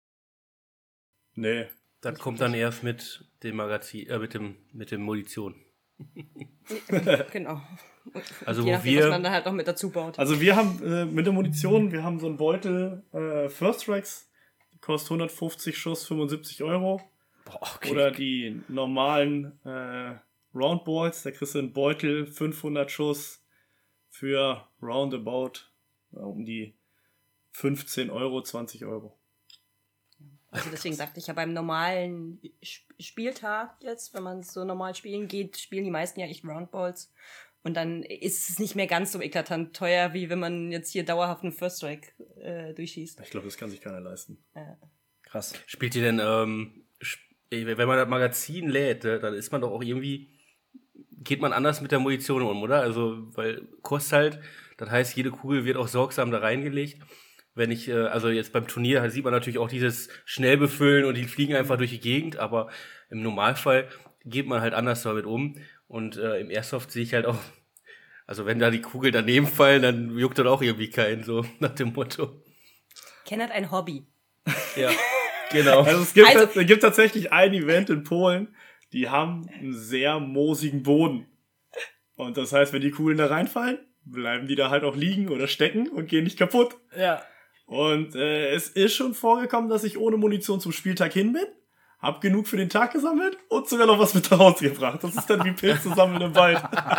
Nee. Das kommt dann erst mit dem Magazin, äh, mit dem, mit dem Munition. Genau. Also Je wo nachdem, wir- was man da halt noch mit dazu baut. Also wir haben äh, mit der Munition, wir haben so einen Beutel äh, First Strikes, die kostet hundertfünfzig Schuss, fünfundsiebzig Euro. Boah, okay. Oder die normalen äh, Roundballs, da kriegst du einen Beutel, fünfhundert Schuss für roundabout äh, um die fünfzehn Euro, zwanzig Euro. Also deswegen sagte ich ja, beim normalen Sp- Spieltag jetzt, wenn man so normal spielen geht, spielen die meisten ja echt Roundballs. Und dann ist es nicht mehr ganz so eklatant teuer, wie wenn man jetzt hier dauerhaft einen First Strike äh, durchschießt. Ich glaube, das kann sich keiner leisten. Ja. Krass. Spielt ihr denn, ähm, wenn man das Magazin lädt, dann ist man doch auch irgendwie, geht man anders mit der Munition um, oder? Also, weil kostet halt, das heißt, jede Kugel wird auch sorgsam da reingelegt. Wenn ich, äh, also jetzt beim Turnier sieht man natürlich auch dieses Schnellbefüllen und die fliegen einfach durch die Gegend, aber im Normalfall geht man halt anders damit um. Und äh, im Airsoft sehe ich halt auch, also wenn da die Kugeln daneben fallen, dann juckt das auch irgendwie keinen, so nach dem Motto. Ken hat ein Hobby. Ja, genau. Also es gibt, Also- es gibt tatsächlich ein Event in Polen, die haben einen sehr moosigen Boden. Und das heißt, wenn die Kugeln da reinfallen, bleiben die da halt auch liegen oder stecken und gehen nicht kaputt. Ja. Und äh, es ist schon vorgekommen, dass ich ohne Munition zum Spieltag hin bin, hab genug für den Tag gesammelt und sogar noch was mit nach Hause gebracht. Das ist dann wie Pilze sammeln im Wald.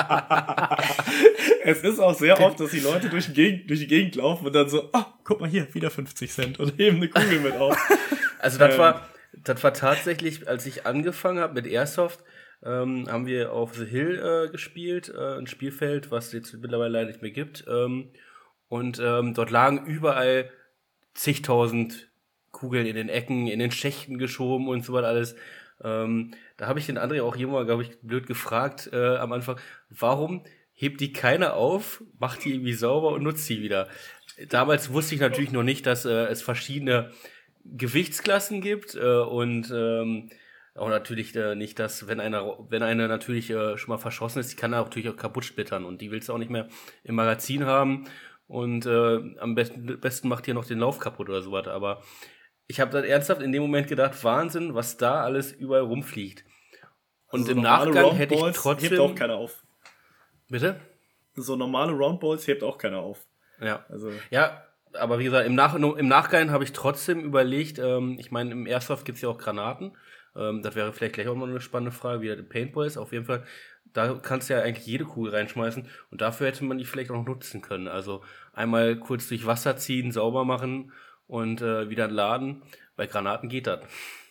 Es ist auch sehr oft, dass die Leute durch die Gegend, durch die Gegend laufen und dann so, oh, guck mal hier, wieder fünfzig Cent und heben eine Kugel mit auf. Also das Ähm. war, das war tatsächlich, als ich angefangen habe mit Airsoft, ähm, haben wir auf The Hill äh, gespielt, äh, ein Spielfeld, was es jetzt mittlerweile leider nicht mehr gibt. Ähm, und ähm, dort lagen überall zigtausend Kugeln in den Ecken, in den Schächten geschoben und so weiter alles. Ähm, da habe ich den André auch jemand, glaube ich, blöd gefragt äh, am Anfang, warum hebt die keiner auf, macht die irgendwie sauber und nutzt die wieder? Damals wusste ich natürlich noch nicht, dass äh, es verschiedene Gewichtsklassen gibt äh, und ähm, auch natürlich äh, nicht, dass wenn einer, wenn eine natürlich äh, schon mal verschossen ist, die kann er natürlich auch kaputt splittern und die willst du auch nicht mehr im Magazin haben und äh, am besten, besten macht ihr noch den Lauf kaputt oder sowas. Aber ich habe dann ernsthaft in dem Moment gedacht, Wahnsinn, was da alles überall rumfliegt. Und Also im normale Nachgang hätte ich Roundballs trotzdem... hebt auch keiner auf. Bitte? So normale Roundballs hebt auch keiner auf. Ja. Also Ja, aber wie gesagt, im, Nach im Nachgang habe ich trotzdem überlegt, ähm, ich meine, im Airsoft gibt es ja auch Granaten. Ähm, das wäre vielleicht gleich auch mal eine spannende Frage, wie der Paintball ist. Auf jeden Fall, da kannst du ja eigentlich jede Kugel reinschmeißen und dafür hätte man die vielleicht auch nutzen können. Also einmal kurz durch Wasser ziehen, sauber machen und äh, wieder laden. Bei Granaten geht das.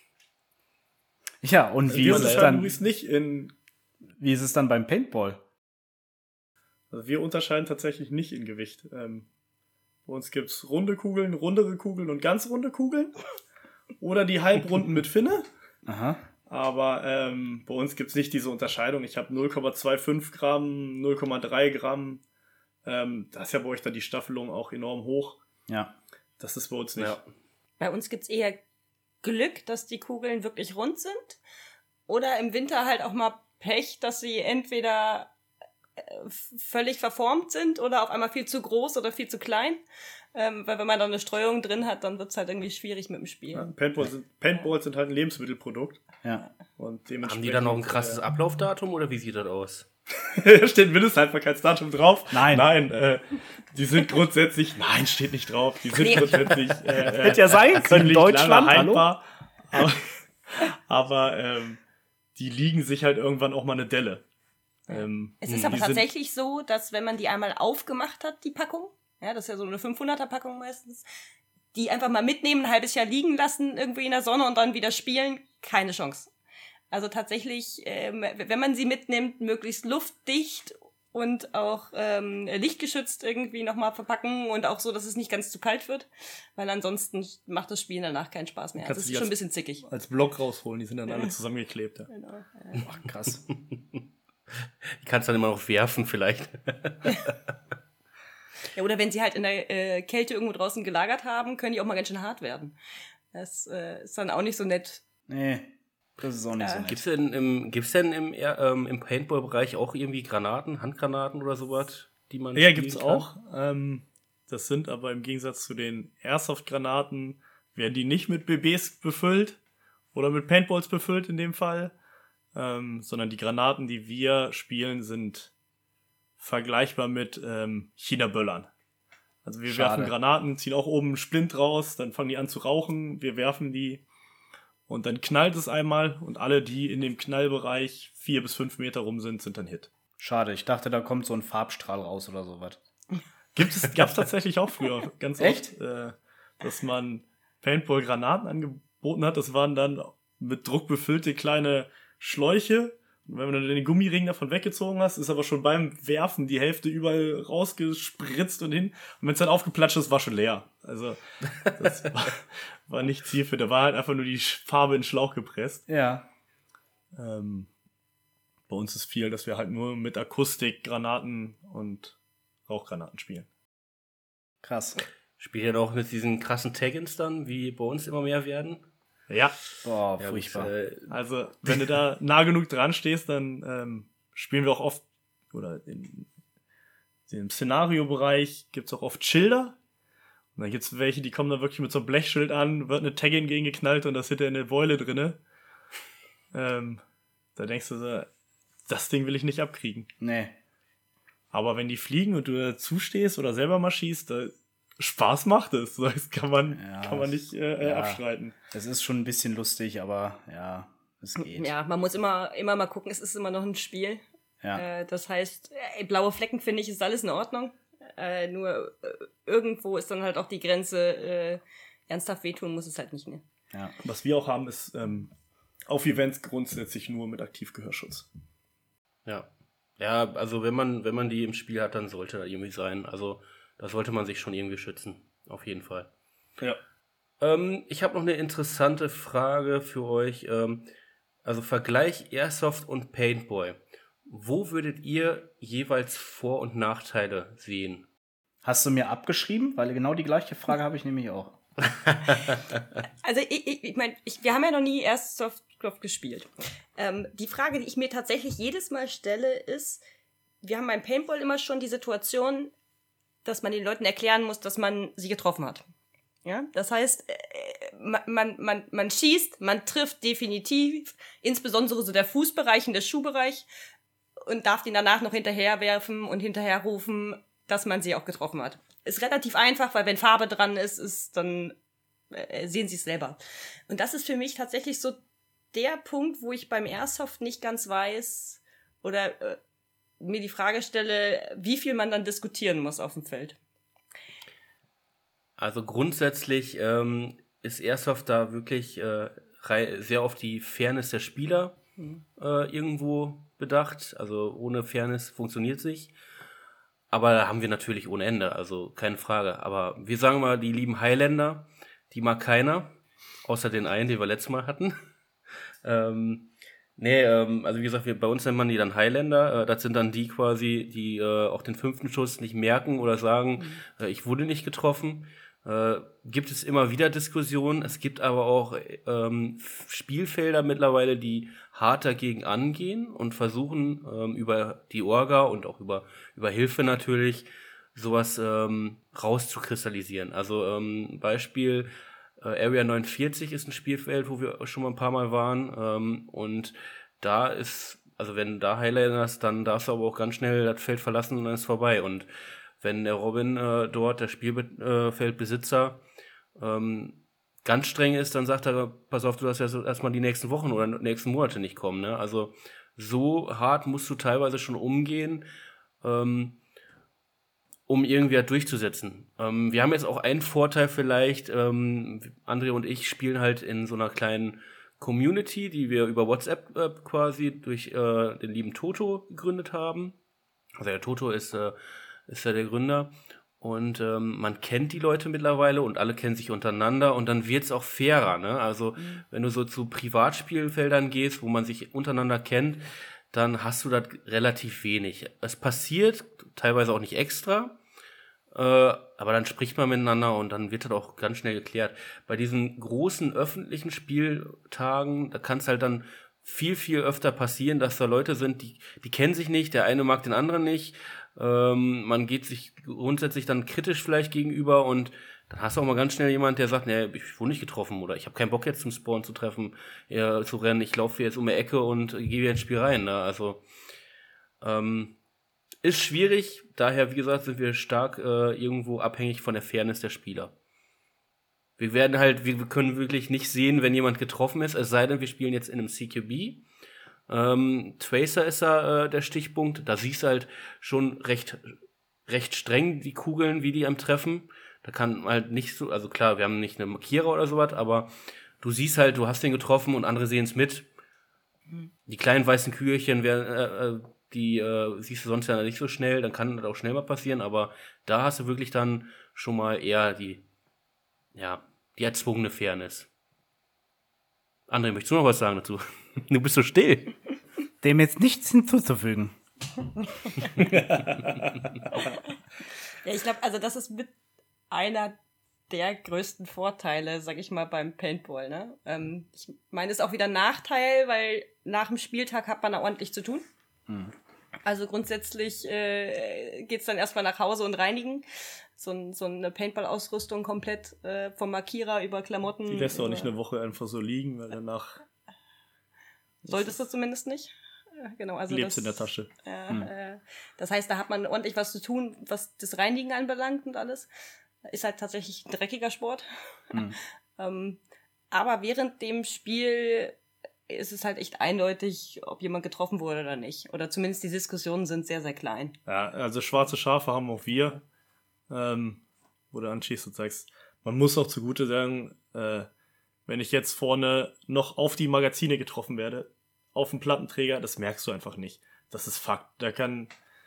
Ja, und wie wir ist es unterscheiden dann, übrigens nicht in, wie ist es dann beim Paintball? also wir unterscheiden tatsächlich nicht in Gewicht. Ähm, bei uns gibt's runde Kugeln, rundere Kugeln und ganz runde Kugeln. Oder die Halbrunden mit Finne. Aha. Aber ähm, bei uns gibt's nicht diese Unterscheidung. Ich habe null Komma fünfundzwanzig Gramm, null Komma drei Gramm. Ähm, da ist ja bei euch dann die Staffelung auch enorm hoch. Ja. Das ist bei uns nicht. Ja. Bei uns gibt's eher Glück, dass die Kugeln wirklich rund sind. Oder im Winter halt auch mal Pech, dass sie entweder äh, völlig verformt sind oder auf einmal viel zu groß oder viel zu klein. Ähm, weil wenn man da eine Streuung drin hat, dann wird's halt irgendwie schwierig mit dem Spiel. Ja, Paintballs, sind, Paintballs sind halt ein Lebensmittelprodukt. Ja. Und dementsprechend, Haben die dann noch ein krasses Ablaufdatum oder wie sieht das aus? Da steht Mindesthaltbarkeitsdatum drauf. Nein. Nein, äh, die sind grundsätzlich, nein, steht nicht drauf. Die sind Nee. grundsätzlich äh, Hätte ja sein können, ziemlich Deutschland, lange hallo? haltbar. Aber, aber ähm, die liegen sich halt irgendwann auch mal eine Delle. Ähm, Es ist die aber sind- tatsächlich so, dass wenn man die einmal aufgemacht hat, die Packung, ja, das ist ja so eine fünfhunderter Packung meistens, die einfach mal mitnehmen, ein halbes Jahr liegen lassen, irgendwie in der Sonne und dann wieder spielen, keine Chance. Also tatsächlich, ähm, wenn man sie mitnimmt, möglichst luftdicht und auch ähm, lichtgeschützt irgendwie nochmal verpacken und auch so, dass es nicht ganz zu kalt wird, weil ansonsten macht das Spielen danach keinen Spaß mehr. Also Kannst es du ist die schon ein als- bisschen zickig. als Block rausholen, die sind dann alle zusammengeklebt. Ja. Genau. Ach, krass. Die kannst du dann immer noch werfen vielleicht. Ja, oder wenn sie halt in der äh, Kälte irgendwo draußen gelagert haben, können die auch mal ganz schön hart werden. Das äh, ist dann auch nicht so nett. Nee, das ist auch nicht Ja. so nett. Gibt's denn im, gibt's denn im, Air- ähm, im Paintball-Bereich auch irgendwie Granaten, Handgranaten oder sowas, die man Ja, spielen gibt's kann? auch. Ähm, das sind aber im Gegensatz zu den Airsoft-Granaten, werden die nicht mit B Bs befüllt oder mit Paintballs befüllt in dem Fall, ähm, sondern die Granaten, die wir spielen, sind vergleichbar mit ähm, China-Böllern. Also wir Schade. werfen Granaten, ziehen auch oben einen Splint raus, dann fangen die an zu rauchen, wir werfen die und dann knallt es einmal und alle, die in dem Knallbereich vier bis fünf Meter rum sind, sind dann Hit. Schade, ich dachte, da kommt so ein Farbstrahl raus oder sowas. Gibt es, gab's tatsächlich auch früher, ganz Echt? oft, äh, dass man Paintball-Granaten angeboten hat. Das waren dann mit Druck befüllte kleine Schläuche, Wenn du den Gummiring davon weggezogen hast, ist aber schon beim Werfen die Hälfte überall rausgespritzt und hin. Und wenn es dann aufgeplatscht ist, war schon leer. Also das war, war nicht zielführend. Da war halt einfach nur die Farbe in den Schlauch gepresst. Ja. Ähm, bei uns ist viel, dass wir halt nur mit Akustik, Granaten und Rauchgranaten spielen. Krass. Spielt ihr auch mit diesen krassen Tag-Ins dann, wie bei uns immer mehr werden? Ja. Boah, ja, furchtbar. Gut, äh, also, wenn du da nah genug dran stehst, dann ähm, spielen wir auch oft, oder in, in im Szenario-Bereich gibt es auch oft Schilder. Und dann gibt es welche, die kommen dann wirklich mit so einem Blechschild an, wird eine Tag-In gegengeknallt und das hinter in der Beule drinne. Ähm, da denkst du so, das Ding will ich nicht abkriegen. Nee. Aber wenn die fliegen und du dazu stehst oder selber mal schießt, da Spaß macht es. Das kann man, ja, kann man nicht äh, ja, abstreiten. Es ist schon ein bisschen lustig, aber ja, es geht. Ja, man muss immer, immer mal gucken, es ist immer noch ein Spiel. Ja. Äh, das heißt, äh, blaue Flecken, finde ich, ist alles in Ordnung. Äh, nur äh, irgendwo ist dann halt auch die Grenze, äh, ernsthaft wehtun muss es halt nicht mehr. Ja. Was wir auch haben, ist ähm, auf Events grundsätzlich nur mit Aktivgehörschutz. Ja. Ja, also wenn man, wenn man die im Spiel hat, dann sollte da irgendwie sein. Also da sollte man sich schon irgendwie schützen. Auf jeden Fall. Ja. Ähm, ich habe noch eine interessante Frage für euch. Ähm, also Vergleich Airsoft und Paintball. Wo würdet ihr jeweils Vor- und Nachteile sehen? Hast du mir abgeschrieben? Weil genau die gleiche Frage habe ich nämlich auch. Also ich, ich, ich meine, ich, wir haben ja noch nie Airsoft gespielt. Ähm, die Frage, die ich mir tatsächlich jedes Mal stelle, ist, wir haben beim Paintball immer schon die Situation, dass man den Leuten erklären muss, dass man sie getroffen hat. Ja, das heißt, man, man, man, man schießt, man trifft definitiv, insbesondere so der Fußbereich und der Schuhbereich, und darf den danach noch hinterherwerfen und hinterherrufen, dass man sie auch getroffen hat. Ist relativ einfach, weil wenn Farbe dran ist, ist dann äh, sehen sie es selber. Und das ist für mich tatsächlich so der Punkt, wo ich beim Airsoft nicht ganz weiß oder äh, mir die Frage stelle, wie viel man dann diskutieren muss auf dem Feld. Also grundsätzlich ähm, ist Airsoft da wirklich äh, rei- sehr auf die Fairness der Spieler mhm. äh, irgendwo bedacht. Also ohne Fairness funktioniert es nicht. Aber da haben wir natürlich ohne Ende, also keine Frage. Aber wir sagen mal, die lieben Highlander, die mag keiner, außer den einen, den wir letztes Mal hatten. ähm, nee, ähm, also wie gesagt, wir, bei uns nennt man die dann Highlander. Äh, das sind dann die quasi, die äh, auch den fünften Schuss nicht merken oder sagen, mhm. äh, ich wurde nicht getroffen. Äh, gibt es immer wieder Diskussionen. Es gibt aber auch ähm, Spielfelder mittlerweile, die hart dagegen angehen und versuchen ähm, über die Orga und auch über, über Hilfe natürlich sowas ähm, rauszukristallisieren. Also ähm, Beispiel äh, Area neunundvierzig ist ein Spielfeld, wo wir schon mal ein paar Mal waren ähm, und da ist, also wenn du da Highlander hast, dann darfst du aber auch ganz schnell das Feld verlassen und dann ist vorbei. Und wenn der Robin äh, dort, der Spielfeldbesitzer, ähm, ganz streng ist, dann sagt er, pass auf, du darfst ja so erstmal die nächsten Wochen oder nächsten Monate nicht kommen. Ne? Also so hart musst du teilweise schon umgehen, ähm, um irgendwie halt durchzusetzen. Ähm, wir haben jetzt auch einen Vorteil vielleicht, ähm, André und ich spielen halt in so einer kleinen Community, die wir über WhatsApp äh, quasi durch äh, den lieben Toto gegründet haben. Also der Toto ist äh, ist ja der Gründer und ähm, man kennt die Leute mittlerweile und alle kennen sich untereinander und dann wird's auch fairer, ne? Also mhm. wenn du so zu Privatspielfeldern gehst, wo man sich untereinander kennt, dann hast du das relativ wenig. Es passiert teilweise auch nicht extra, äh, aber dann spricht man miteinander und dann wird das auch ganz schnell geklärt. Bei diesen großen öffentlichen Spieltagen, da kann es halt dann viel, viel öfter passieren, dass da Leute sind, die, die kennen sich nicht, der eine mag den anderen nicht. Ähm, man geht sich grundsätzlich dann kritisch vielleicht gegenüber und dann hast du auch mal ganz schnell jemand, der sagt, nee, ich wurde nicht getroffen oder ich habe keinen Bock jetzt zum Spawn zu treffen, eher zu rennen, ich laufe jetzt um die Ecke und gehe wieder ins Spiel rein. Ne? Also ähm, ist schwierig, daher wie gesagt sind wir stark äh, irgendwo abhängig von der Fairness der Spieler. Wir werden halt, wir können wirklich nicht sehen, wenn jemand getroffen ist, es sei denn, wir spielen jetzt in einem C Q B. Ähm, Tracer ist da äh, der Stichpunkt. Da siehst du halt schon recht, recht streng die Kugeln, wie die am treffen. Da kann halt nicht so, also klar, wir haben nicht eine Markierer oder sowas, aber du siehst halt, du hast den getroffen und andere sehen es mit. Die kleinen weißen Kügelchen, werden, äh, die äh, siehst du sonst ja nicht so schnell, dann kann das auch schnell mal passieren, aber da hast du wirklich dann schon mal eher die, ja, die erzwungene Fairness. André, möchtest du noch was sagen dazu? Du bist so still. Dem jetzt nichts hinzuzufügen. Ja, ich glaube, also das ist mit einer der größten Vorteile, sag ich mal, beim Paintball, ne? Ähm, ich meine, es ist auch wieder ein Nachteil, weil nach dem Spieltag hat man da ordentlich zu tun. Hm. Also grundsätzlich äh, geht's dann erstmal nach Hause und reinigen. So, ein, so eine Paintball-Ausrüstung komplett äh, vom Markierer über Klamotten. Die lässt du auch nicht eine Woche einfach so liegen, weil danach... Solltest du zumindest nicht. Genau, also lebst das, in der Tasche. Äh, hm. äh, das heißt, da hat man ordentlich was zu tun, was das Reinigen anbelangt und alles. Ist halt tatsächlich ein dreckiger Sport. Hm. ähm, aber während dem Spiel ist es halt echt eindeutig, ob jemand getroffen wurde oder nicht. Oder zumindest die Diskussionen sind sehr, sehr klein. Ja, also schwarze Schafe haben auch wir. Ähm, wo du anschießt und sagst, man muss auch zugute sagen, äh, wenn ich jetzt vorne noch auf die Magazine getroffen werde, auf den Plattenträger, das merkst du einfach nicht. Das ist Fakt. Da kann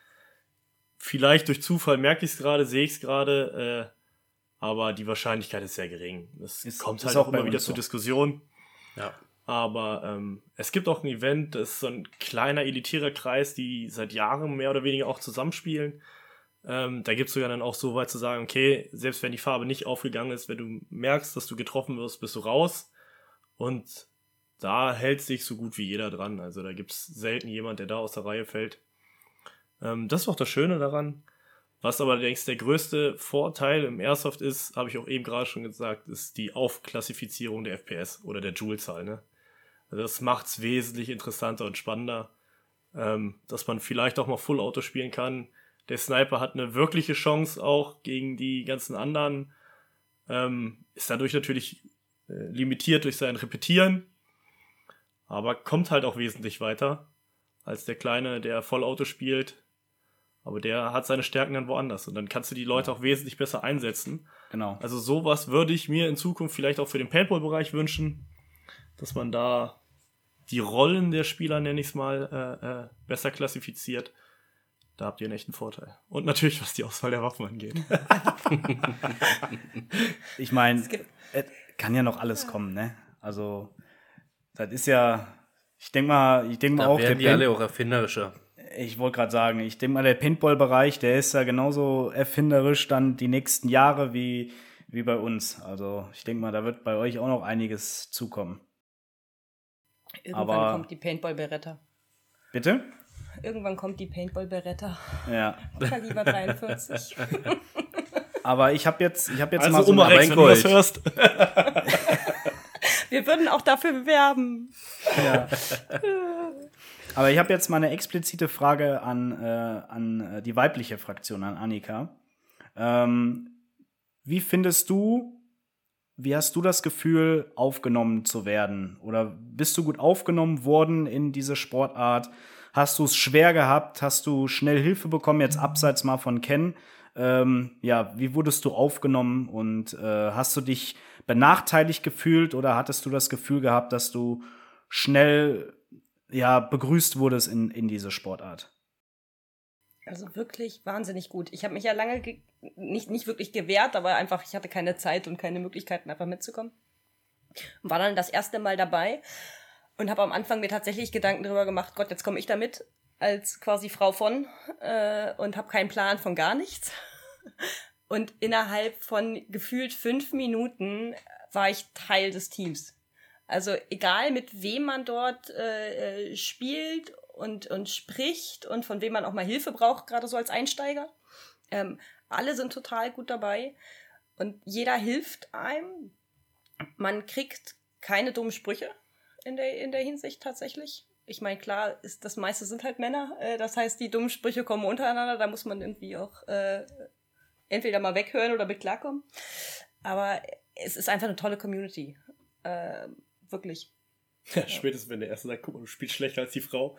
vielleicht durch Zufall merke ich es gerade, sehe ich es gerade, äh, aber die Wahrscheinlichkeit ist sehr gering. Das ist, kommt halt auch immer wieder zur Diskussion. Ja. Aber ähm, es gibt auch ein Event, das ist so ein kleiner elitärer Kreis, die seit Jahren mehr oder weniger auch zusammenspielen. Ähm, da gibt es sogar dann auch so weit zu sagen, okay, selbst wenn die Farbe nicht aufgegangen ist, wenn du merkst, dass du getroffen wirst, bist du raus. Und da hält sich so gut wie jeder dran. Also da gibt es selten jemand, der da aus der Reihe fällt. Ähm, das ist auch das Schöne daran. Was aber allerdings der größte Vorteil im Airsoft ist, habe ich auch eben gerade schon gesagt, ist die Aufklassifizierung der F P S oder der Joule-Zahl. Ne? Also das macht es wesentlich interessanter und spannender, ähm, dass man vielleicht auch mal Full-Auto spielen kann. Der Sniper hat eine wirkliche Chance auch gegen die ganzen anderen. Ähm, ist dadurch natürlich äh, limitiert durch sein Repetieren, aber kommt halt auch wesentlich weiter als der Kleine, der Vollauto spielt. Aber der hat seine Stärken dann woanders und dann kannst du die Leute auch wesentlich besser einsetzen. Genau. Also sowas würde ich mir in Zukunft vielleicht auch für den Paintball-Bereich wünschen, dass man da die Rollen der Spieler, nenne ich es mal, äh, äh, besser klassifiziert. Da habt ihr einen echten Vorteil. Und natürlich, was die Auswahl der Waffen angeht. Ich meine, kann ja noch alles kommen, ne? Also, das ist ja, ich denke mal, ich denke mal da auch, werden der die alle auch erfinderischer. Ich wollte gerade sagen, ich denke mal, der Paintball-Bereich, der ist ja genauso erfinderisch dann die nächsten Jahre wie, wie bei uns. Also, ich denke mal, da wird bei euch auch noch einiges zukommen. Irgendwann Aber kommt die Paintball-Beretta. Bitte? Irgendwann kommt die Paintball-Beretta. Ja. Kaliber dreiundvierzig. Aber ich habe jetzt, ich hab jetzt also mal so Oma Rex, wenn du das hörst. Wir würden auch dafür bewerben. Ja. Aber ich habe jetzt mal eine explizite Frage an, äh, an die weibliche Fraktion, an Annika. Ähm, wie findest du, wie hast du das Gefühl, aufgenommen zu werden? Oder bist du gut aufgenommen worden in diese Sportart? Hast du es schwer gehabt? Hast du schnell Hilfe bekommen, jetzt abseits mal von Ken? Ähm, ja, wie wurdest du aufgenommen und äh, hast du dich benachteiligt gefühlt oder hattest du das Gefühl gehabt, dass du schnell ja, begrüßt wurdest in, in diese Sportart? Also wirklich wahnsinnig gut. Ich habe mich ja lange ge- nicht, nicht wirklich gewehrt, aber einfach, ich hatte keine Zeit und keine Möglichkeiten, einfach mitzukommen. Und war dann das erste Mal dabei und habe am Anfang mir tatsächlich Gedanken darüber gemacht, Gott, jetzt komme ich da mit als quasi Frau von äh, und habe keinen Plan von gar nichts. Und innerhalb von gefühlt fünf Minuten war ich Teil des Teams. Also egal, mit wem man dort äh, spielt und, und spricht und von wem man auch mal Hilfe braucht, gerade so als Einsteiger. Ähm, alle sind total gut dabei und jeder hilft einem. Man kriegt keine dummen Sprüche in der, in der Hinsicht tatsächlich. Ich meine, klar, ist, das meiste sind halt Männer. Äh, das heißt, die dummen Sprüche kommen untereinander. Da muss man irgendwie auch äh, entweder mal weghören oder mit klarkommen. Aber es ist einfach eine tolle Community. Äh, Wirklich. Ja, spätestens wenn der Erste sagt, guck mal, du spielst schlechter als die Frau.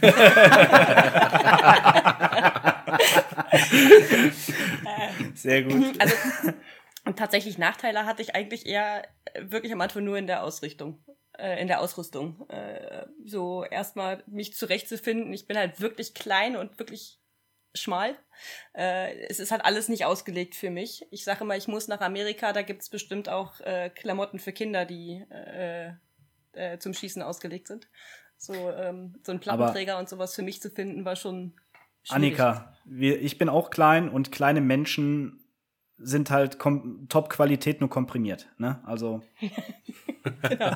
Sehr gut. Also, und tatsächlich Nachteile hatte ich eigentlich eher wirklich am Anfang nur in der Ausrichtung. äh, in der Ausrüstung. Äh, so erstmal mich zurechtzufinden. Ich bin halt wirklich klein und wirklich schmal. Äh, es ist halt alles nicht ausgelegt für mich. Ich sage immer, ich muss nach Amerika, da gibt's bestimmt auch äh, Klamotten für Kinder, die äh, äh, zum Schießen ausgelegt sind. So, ähm, so ein Plattenträger und sowas für mich zu finden, war schon schwierig. Annika, wir, ich bin auch klein und kleine Menschen sind halt kom- Top-Qualität nur komprimiert. Ne? Also. Genau.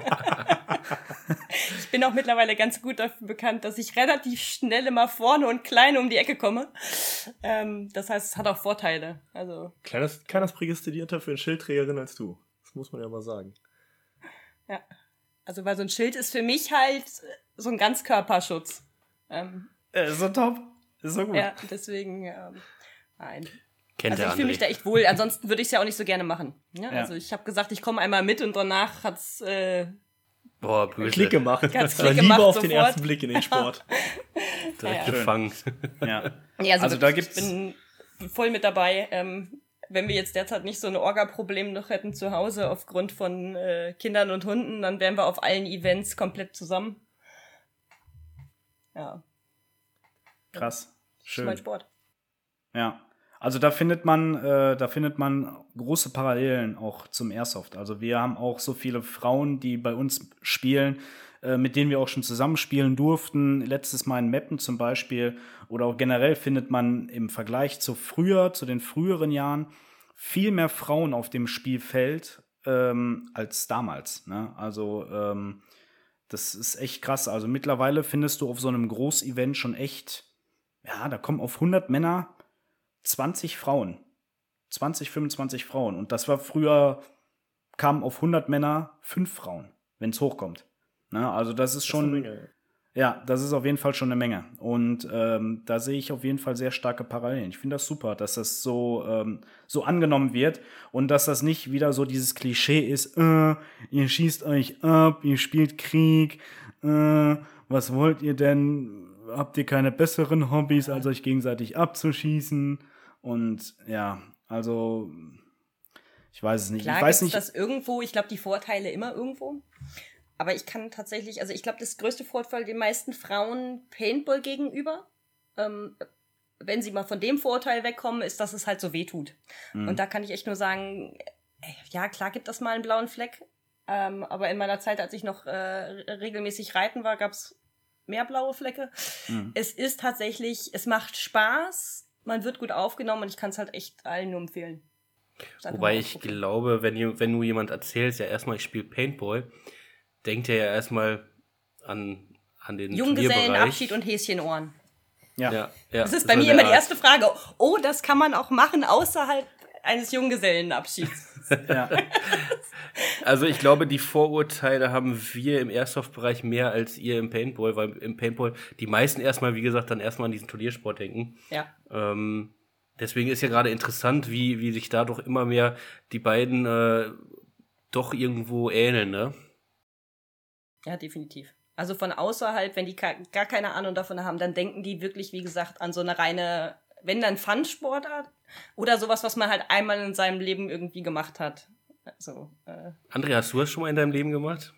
Ich bin auch mittlerweile ganz gut dafür bekannt, dass ich relativ schnell immer vorne und klein um die Ecke komme. Ähm, das heißt, es hat auch Vorteile. Also, Kleines, keines prädestinierter für eine Schildträgerin als du. Das muss man ja mal sagen. ja. Also, weil so ein Schild ist für mich halt so ein Ganzkörperschutz. Ähm, Äh, ist so top. Ist so gut. ja, deswegen, ähm, nein. Kennt Also der ich fühle mich da André. echt wohl, ansonsten würde ich es ja auch nicht so gerne machen. Ja? Ja. Also ich habe gesagt, ich komme einmal mit und danach hat's äh, Boah, böse. Klick gemacht. Ganz Aber Klick Liebe gemacht auf den sofort. ersten Blick in den Sport. Direkt Ja. gefangen. Ja. Ja, also, Also da wirklich, gibt's- ich bin voll mit dabei. Ähm, wenn wir jetzt derzeit nicht so ein Orga-Problem noch hätten zu Hause aufgrund von äh, Kindern und Hunden, dann wären wir auf allen Events komplett zusammen. Ja, Krass. das ist Schön. mein Sport. Ja. Also da findet man, äh, da findet man große Parallelen auch zum Airsoft. Also wir haben auch so viele Frauen, die bei uns spielen, äh, mit denen wir auch schon zusammenspielen durften. Letztes Mal in Meppen zum Beispiel. Oder auch generell findet man im Vergleich zu früher, zu den früheren Jahren, viel mehr Frauen auf dem Spielfeld ähm, als damals. Ne? Also ähm, das ist echt krass. Also mittlerweile findest du auf so einem Großevent schon echt, ja, da kommen auf hundert Männer zwanzig Frauen. zwanzig, fünfundzwanzig Frauen. Und das war früher, kamen auf hundert Männer fünf Frauen, wenn es hochkommt. Ne? Also das ist schon, Das ist eine Menge. ja, das ist auf jeden Fall schon eine Menge. Und ähm, da sehe ich auf jeden Fall sehr starke Parallelen. Ich finde das super, dass das so, ähm, so angenommen wird und dass das nicht wieder so dieses Klischee ist, äh, ihr schießt euch ab, ihr spielt Krieg, äh, was wollt ihr denn? Habt ihr keine besseren Hobbys, als euch gegenseitig abzuschießen? Und ja, also ich weiß es nicht. Klar ich weiß gibt's nicht. das irgendwo, ich glaube, die Vorteile immer irgendwo. Aber ich kann tatsächlich, also ich glaube, das größte Vorteil den meisten Frauen Paintball gegenüber, ähm, wenn sie mal von dem Vorteil wegkommen, ist, dass es halt so weh tut. Mhm. Und da kann ich echt nur sagen, äh, ja, klar gibt das mal einen blauen Fleck, ähm, aber in meiner Zeit, als ich noch äh, regelmäßig reiten war, gab's mehr blaue Flecke. Mhm. Es ist tatsächlich, es macht Spaß, man wird gut aufgenommen und ich kann es halt echt allen nur empfehlen. Ist einfach Wobei mal ich ausprobieren. glaube, wenn, ihr, wenn nur jemand erzählt, ja erstmal, ich spiele Paintball, denkt er ja erstmal an, an den Junggesellenabschied Turnierbereich. und Häschenohren. Ja. Ja, ja, Das ist so bei in mir der immer die Art. erste Frage. Oh, das kann man auch machen außerhalb eines Junggesellenabschieds. Ja. Also ich glaube, die Vorurteile haben wir im Airsoft-Bereich mehr als ihr im Paintball, weil im Paintball die meisten erstmal, wie gesagt, dann erstmal an diesen Turniersport denken. Ja. Ähm, deswegen ist ja gerade interessant, wie, wie sich da doch immer mehr die beiden äh, doch irgendwo ähneln, ne? Ja, definitiv. Also von außerhalb, wenn die ka- gar keine Ahnung davon haben, dann denken die wirklich, wie gesagt, an so eine reine, wenn dann Fun-Sportart oder sowas, was man halt einmal in seinem Leben irgendwie gemacht hat. Also, äh, André, hast du das schon mal in deinem Leben gemacht?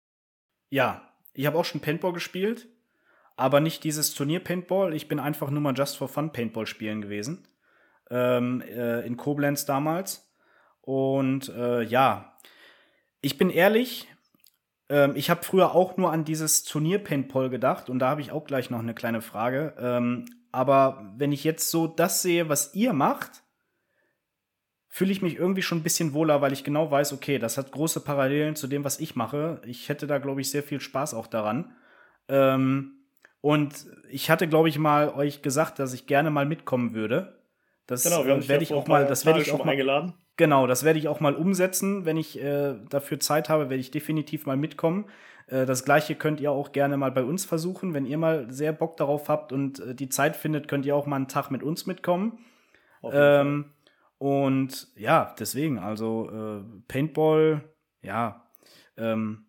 Ja, ich habe auch schon Paintball gespielt, aber nicht dieses Turnier-Paintball. Ich bin einfach nur mal Just for Fun Paintball spielen gewesen. Ähm, äh, in Koblenz damals. Und äh, ja, ich bin ehrlich, ähm, ich habe früher auch nur an dieses Turnier-Paintball gedacht und da habe ich auch gleich noch eine kleine Frage. Ähm, aber wenn ich jetzt so das sehe, was ihr macht, fühle ich mich irgendwie schon ein bisschen wohler, weil ich genau weiß, okay, das hat große Parallelen zu dem, was ich mache. Ich hätte da, glaube ich, sehr viel Spaß auch daran. Ähm, und ich hatte, glaube ich, mal euch gesagt, dass ich gerne mal mitkommen würde. Das Genau, wir haben äh, dich werde ja ich vor auch ein mal, paar das werde Tagen ich schon auch mal mal eingeladen. Genau, das werde ich auch mal umsetzen. Wenn ich äh, dafür Zeit habe, werde ich definitiv mal mitkommen. Äh, das Gleiche könnt ihr auch gerne mal bei uns versuchen. Wenn ihr mal sehr Bock darauf habt und äh, die Zeit findet, könnt ihr auch mal einen Tag mit uns mitkommen. Auf jeden Fall. Ähm, und ja, deswegen, also äh, Paintball, ja, ähm,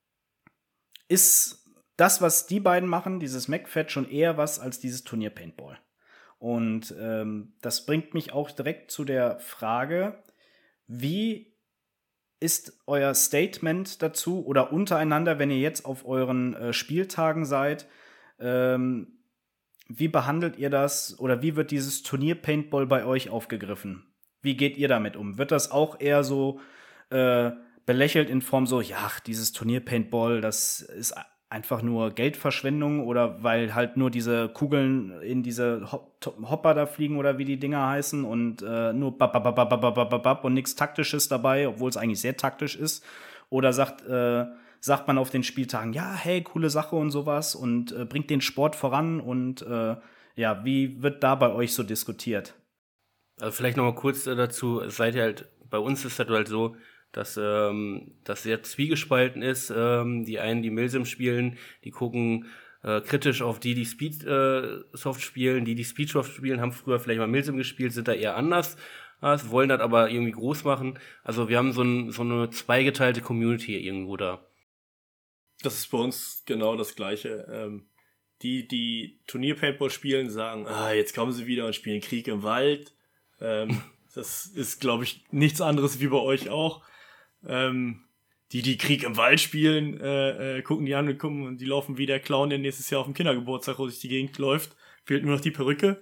ist das, was die beiden machen, dieses MacFed, schon eher was als dieses Turnier-Paintball. Und ähm, das bringt mich auch direkt zu der Frage, wie ist euer Statement dazu oder untereinander, wenn ihr jetzt auf euren äh, Spieltagen seid, ähm, wie behandelt ihr das oder wie wird dieses Turnier-Paintball bei euch aufgegriffen? Wie geht ihr damit um? Wird das auch eher so äh, belächelt in Form so, ja, dieses Turnier-Paintball, das ist einfach nur Geldverschwendung oder weil halt nur diese Kugeln in diese Hopper da fliegen oder wie die Dinger heißen und äh, nur bap, bap, bap, bap, bap, bap, bap und nichts Taktisches dabei, obwohl es eigentlich sehr taktisch ist? Oder sagt, äh, sagt man auf den Spieltagen, ja, hey, coole Sache und sowas und äh, bringt den Sport voran und äh, ja, wie wird da bei euch so diskutiert? Also vielleicht noch mal kurz äh, dazu, seid ihr halt, bei uns ist das halt so, dass ähm, das sehr zwiegespalten ist. Ähm, die einen, die Milsim spielen, die gucken äh, kritisch auf die, die Speedsoft äh, spielen. Die, die Speedsoft spielen, haben früher vielleicht mal Milsim gespielt, sind da eher anders, äh, wollen das aber irgendwie groß machen. Also wir haben so, ein, so eine zweigeteilte Community irgendwo da. Das ist bei uns genau das Gleiche. Ähm, die, die Turnier-Paintball spielen, sagen, ah, jetzt kommen sie wieder und spielen Krieg im Wald. Ähm, das ist, glaube ich, nichts anderes wie bei euch auch. Ähm, die, die Krieg im Wald spielen, äh, äh, gucken die an und gucken und die laufen wie der Clown, der nächstes Jahr auf dem Kindergeburtstag durch die Gegend läuft. Fehlt nur noch die Perücke.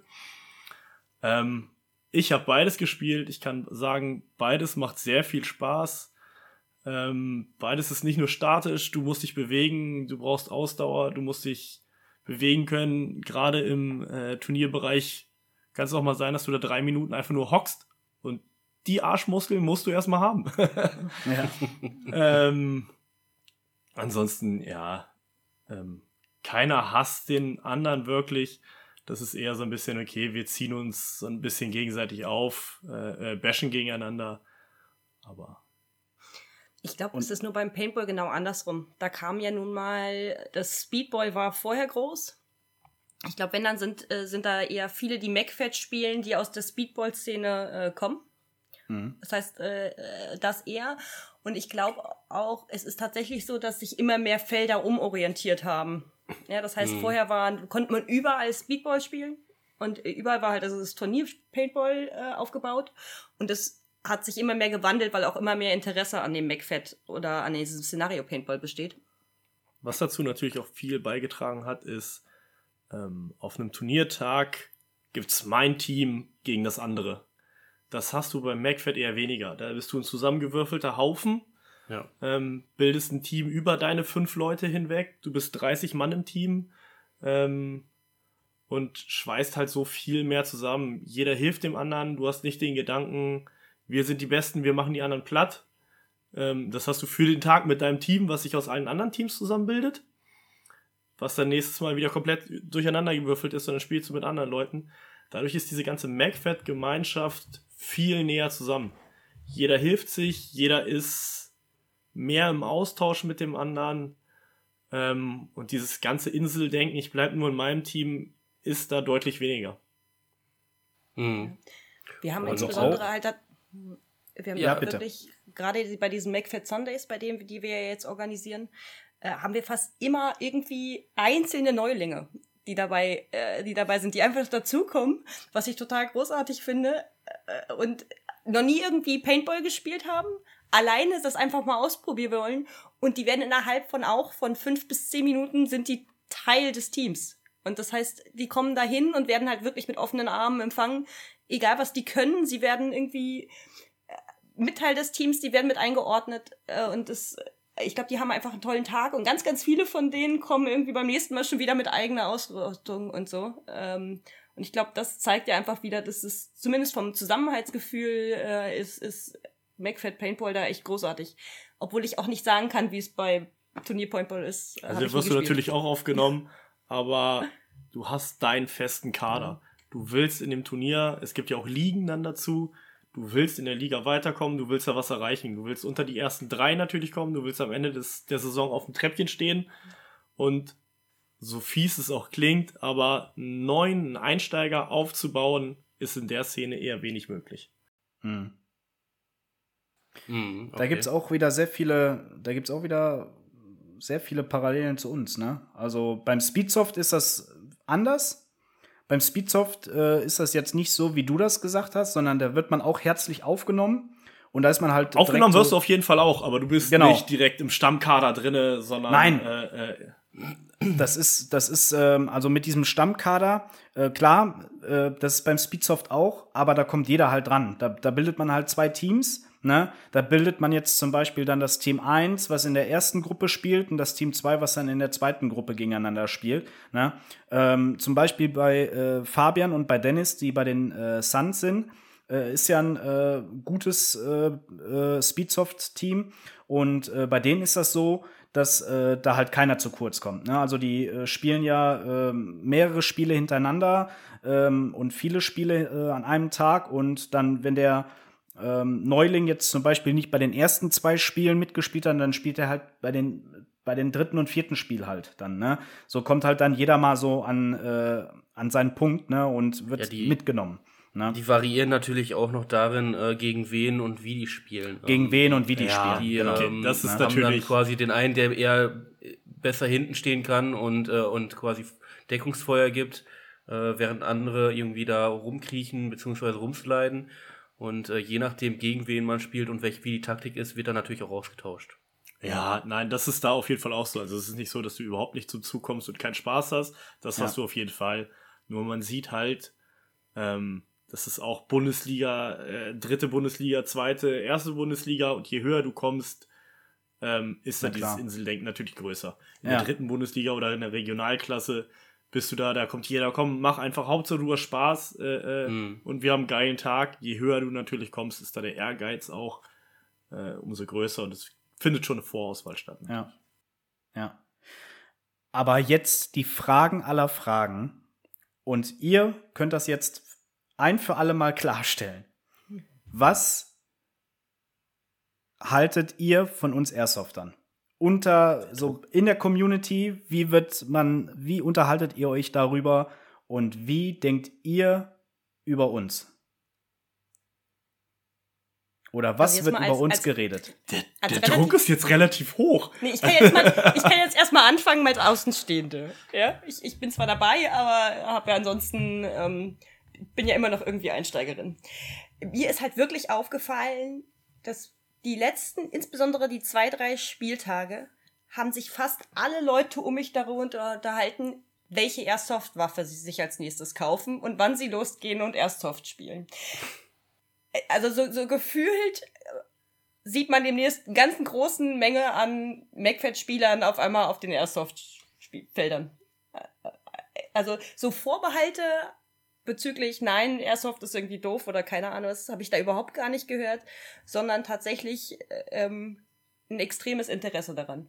Ähm, ich habe beides gespielt. Ich kann sagen, beides macht sehr viel Spaß. Ähm, beides ist nicht nur statisch. Du musst dich bewegen, du brauchst Ausdauer, du musst dich bewegen können. Gerade im äh, Turnierbereich kann es auch mal sein, dass du da drei Minuten einfach nur hockst und die Arschmuskeln musst du erstmal haben. Ja. ähm, ansonsten, ja, ähm, keiner hasst den anderen wirklich. Das ist eher so ein bisschen, okay, wir ziehen uns so ein bisschen gegenseitig auf, äh, äh, bashen gegeneinander. Aber ich glaube, es ist nur beim Paintball genau andersrum. Da kam ja nun mal, das Speedball war vorher groß. Ich glaube, wenn, dann sind, äh, sind da eher viele, die MacFed spielen, die aus der Speedball-Szene äh, kommen. Mhm. Das heißt, äh, das eher. Und ich glaube auch, es ist tatsächlich so, dass sich immer mehr Felder umorientiert haben. Ja, das heißt, mhm. vorher waren, konnte man überall Speedball spielen. Und überall war halt also das Turnier-Paintball äh, aufgebaut. Und das hat sich immer mehr gewandelt, weil auch immer mehr Interesse an dem MacFed oder an diesem Szenario-Paintball besteht. Was dazu natürlich auch viel beigetragen hat, ist, ähm, auf einem Turniertag gibt's mein Team gegen das andere. Das hast du beim MacFed eher weniger. Da bist du ein zusammengewürfelter Haufen, ja. ähm, bildest ein Team über deine fünf Leute hinweg, du bist dreißig Mann im Team ähm, und schweißt halt so viel mehr zusammen. Jeder hilft dem anderen, du hast nicht den Gedanken, wir sind die Besten, wir machen die anderen platt. Ähm, das hast du für den Tag mit deinem Team, was sich aus allen anderen Teams zusammenbildet, was dann nächstes Mal wieder komplett durcheinander gewürfelt ist und dann spielst du mit anderen Leuten. Dadurch ist diese ganze MacFed-Gemeinschaft viel näher zusammen. Jeder hilft sich, jeder ist mehr im Austausch mit dem anderen ähm, und dieses ganze Inseldenken, ich bleibe nur in meinem Team, ist da deutlich weniger. Mhm. Wir haben also insbesondere auch, halt, wir haben ja, wirklich, gerade bei diesen MacFed Sundays, bei denen, die wir ja jetzt organisieren, äh, haben wir fast immer irgendwie einzelne Neulinge, die dabei, äh, die dabei sind, die einfach dazukommen, was ich total großartig finde äh, und noch nie irgendwie Paintball gespielt haben, alleine das einfach mal ausprobieren wollen und die werden innerhalb von auch von fünf bis zehn Minuten sind die Teil des Teams. Und das heißt, die kommen dahin und werden halt wirklich mit offenen Armen empfangen, egal was die können, sie werden irgendwie äh, mit Teil des Teams, die werden mit eingeordnet äh, und das ich glaube, die haben einfach einen tollen Tag und ganz, ganz viele von denen kommen irgendwie beim nächsten Mal schon wieder mit eigener Ausrüstung und so. Ähm, und ich glaube, das zeigt ja einfach wieder, dass es zumindest vom Zusammenhaltsgefühl äh, ist, ist MacFed Paintball da echt großartig. Obwohl ich auch nicht sagen kann, wie es bei Turnier Paintball ist. Also den wirst du natürlich auch aufgenommen, aber du hast deinen festen Kader. Du willst in dem Turnier, es gibt ja auch Ligen dann dazu, du willst in der Liga weiterkommen, du willst ja was erreichen. Du willst unter die ersten drei natürlich kommen, du willst am Ende des, der Saison auf dem Treppchen stehen. Und so fies es auch klingt, aber einen neuen Einsteiger aufzubauen, ist in der Szene eher wenig möglich. Hm. Hm, okay. Da gibt's auch wieder sehr viele, da gibt's auch wieder sehr viele Parallelen zu uns, ne? Also beim Speedsoft ist das anders. Beim Speedsoft äh, ist das jetzt nicht so, wie du das gesagt hast, sondern da wird man auch herzlich aufgenommen Und da ist man halt aufgenommen so, wirst du auf jeden Fall auch, aber du bist genau. nicht direkt im Stammkader drinne, sondern Nein. Äh, äh, Das ist, das ist, ähm, also mit diesem Stammkader, äh, klar, äh, das ist beim Speedsoft auch, aber da kommt jeder halt dran. Da, da bildet man halt zwei Teams, ne? Da bildet man jetzt zum Beispiel dann das Team eins, was in der ersten Gruppe spielt, und das Team zwei, was dann in der zweiten Gruppe gegeneinander spielt, ne? Ähm, zum Beispiel bei äh, Fabian und bei Dennis, die bei den äh, Suns sind, äh, ist ja ein äh, gutes äh, äh, Speedsoft-Team, und äh, bei denen ist das so, dass äh, da halt keiner zu kurz kommt. Ne? Also die äh, spielen ja äh, mehrere Spiele hintereinander ähm, und viele Spiele äh, an einem Tag, und dann, wenn der ähm, Neuling jetzt zum Beispiel nicht bei den ersten zwei Spielen mitgespielt hat, dann spielt er halt bei den bei den dritten und vierten Spiel halt dann. Ne? So kommt halt dann jeder mal so an äh, an seinen Punkt, ne, und wird Ja, die- mitgenommen. Ne? Die variieren natürlich auch noch darin, äh, gegen wen und wie die spielen. Gegen Ähm, wen und wie die ja, spielen. Die genau. okay, ähm, das ist haben natürlich- dann quasi den einen, der eher besser hinten stehen kann und, äh, und quasi Deckungsfeuer gibt, äh, während andere irgendwie da rumkriechen bzw. rumsliden. Und äh, je nachdem, gegen wen man spielt und welch, wie die Taktik ist, wird dann natürlich auch ausgetauscht. Ja, nein, das ist da auf jeden Fall auch so. Also es ist nicht so, dass du überhaupt nicht zum Zug kommst und keinen Spaß hast. Das Ja. hast du auf jeden Fall. Nur man sieht halt, ähm, das ist auch Bundesliga, äh, dritte Bundesliga, zweite, erste Bundesliga, und je höher du kommst, ähm, ist Na dann dieses klar. Inseldenken natürlich größer. In Ja. der dritten Bundesliga oder in der Regionalklasse bist du da, da kommt jeder, komm, mach einfach, Hauptsache du hast Spaß äh, äh, Mhm. und wir haben einen geilen Tag. Je höher du natürlich kommst, ist da der Ehrgeiz auch äh, umso größer, und es findet schon eine Vorauswahl statt. Ja. Ja. Aber jetzt die Fragen aller Fragen. Und ihr könnt das jetzt ein für alle Mal klarstellen. Was haltet ihr von uns Airsoftern? Unter, so in der Community, wie wird man, wie unterhaltet ihr euch darüber, und wie denkt ihr über uns? Oder was Also jetzt wird mal über als- uns als- geredet? Der, Also der relativ- Druck ist jetzt relativ hoch. Nee, ich kann jetzt, mal, ich kann jetzt erstmal anfangen mit Außenstehende. Ja? Ich, ich bin zwar dabei, aber habe ja ansonsten, ähm, bin ja immer noch irgendwie Einsteigerin. Mir ist halt wirklich aufgefallen, dass die letzten, insbesondere die zwei, drei Spieltage, haben sich fast alle Leute um mich darüber unterhalten, welche Airsoft-Waffe sie sich als nächstes kaufen und wann sie losgehen und Airsoft spielen. Also so, so gefühlt sieht man demnächst eine ganz großen Menge an MacFed-Spielern auf einmal auf den Airsoft-Feldern. Also so Vorbehalte bezüglich, nein, Airsoft ist irgendwie doof oder keine Ahnung, das habe ich da überhaupt gar nicht gehört, sondern tatsächlich ähm, ein extremes Interesse daran.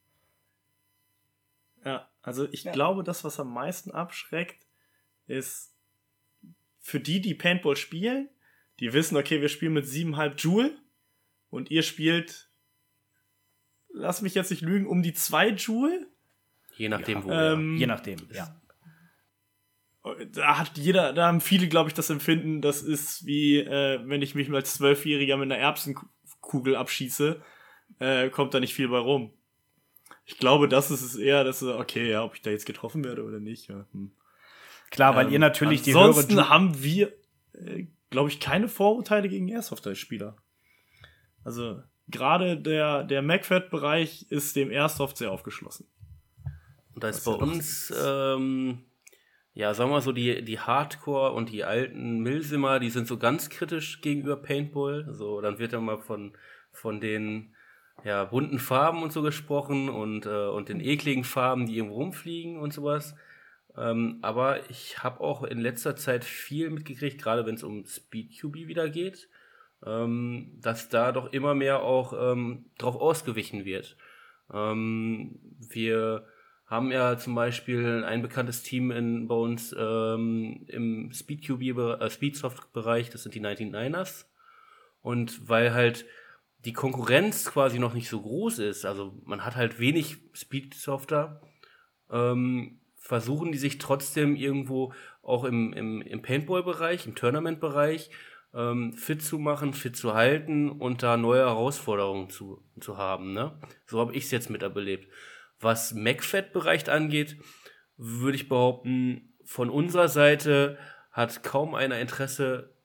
Ja, also ich Ja. glaube, das, was am meisten abschreckt, ist für die, die Paintball spielen, die wissen, okay, wir spielen mit sieben Komma fünf Joule und ihr spielt, lass mich jetzt nicht lügen, um die zwei Joule. Je nachdem, wo. Ähm, Je nachdem, ja. Da hat jeder, da haben viele, glaube ich, das Empfinden, das ist wie, äh, wenn ich mich als Zwölfjähriger mit einer Erbsenkugel abschieße, äh, kommt da nicht viel bei rum. Ich glaube, das ist es eher, dass, okay, ja, ob ich da jetzt getroffen werde oder nicht. Ja. Hm. Klar, weil Ähm, ihr natürlich die höhere Ansonsten Ju- haben wir, äh, glaube ich, keine Vorurteile gegen Airsoft-Spieler. Also gerade der, der MacFed-Bereich ist dem Airsoft sehr aufgeschlossen. Und da ist Was bei ja doch uns, ähm, ja, sagen wir mal so, die, die Hardcore und die alten Milsimer, die sind so ganz kritisch gegenüber Paintball. So, dann wird ja mal von, von den ja, bunten Farben und so gesprochen und, äh, und den ekligen Farben, die irgendwo rumfliegen und sowas. Ähm, aber ich habe auch in letzter Zeit viel mitgekriegt, gerade wenn es um Speed Q B wieder geht, ähm, dass da doch immer mehr auch ähm, drauf ausgewichen wird. Ähm, wir haben ja zum Beispiel ein bekanntes Team in, bei uns ähm, im Speed Q B, äh, Speedsoft-Bereich, das sind die neunundneunzigers. Und weil halt die Konkurrenz quasi noch nicht so groß ist, also man hat halt wenig Speedsofter, ähm, versuchen die sich trotzdem irgendwo auch im, im, im Paintball-Bereich, im Tournament-Bereich ähm, fit zu machen, fit zu halten und da neue Herausforderungen zu, zu haben. Ne? So habe ich es jetzt miterlebt. Was MacFed-Bereich angeht, würde ich behaupten, von unserer Seite hat kaum einer Interesse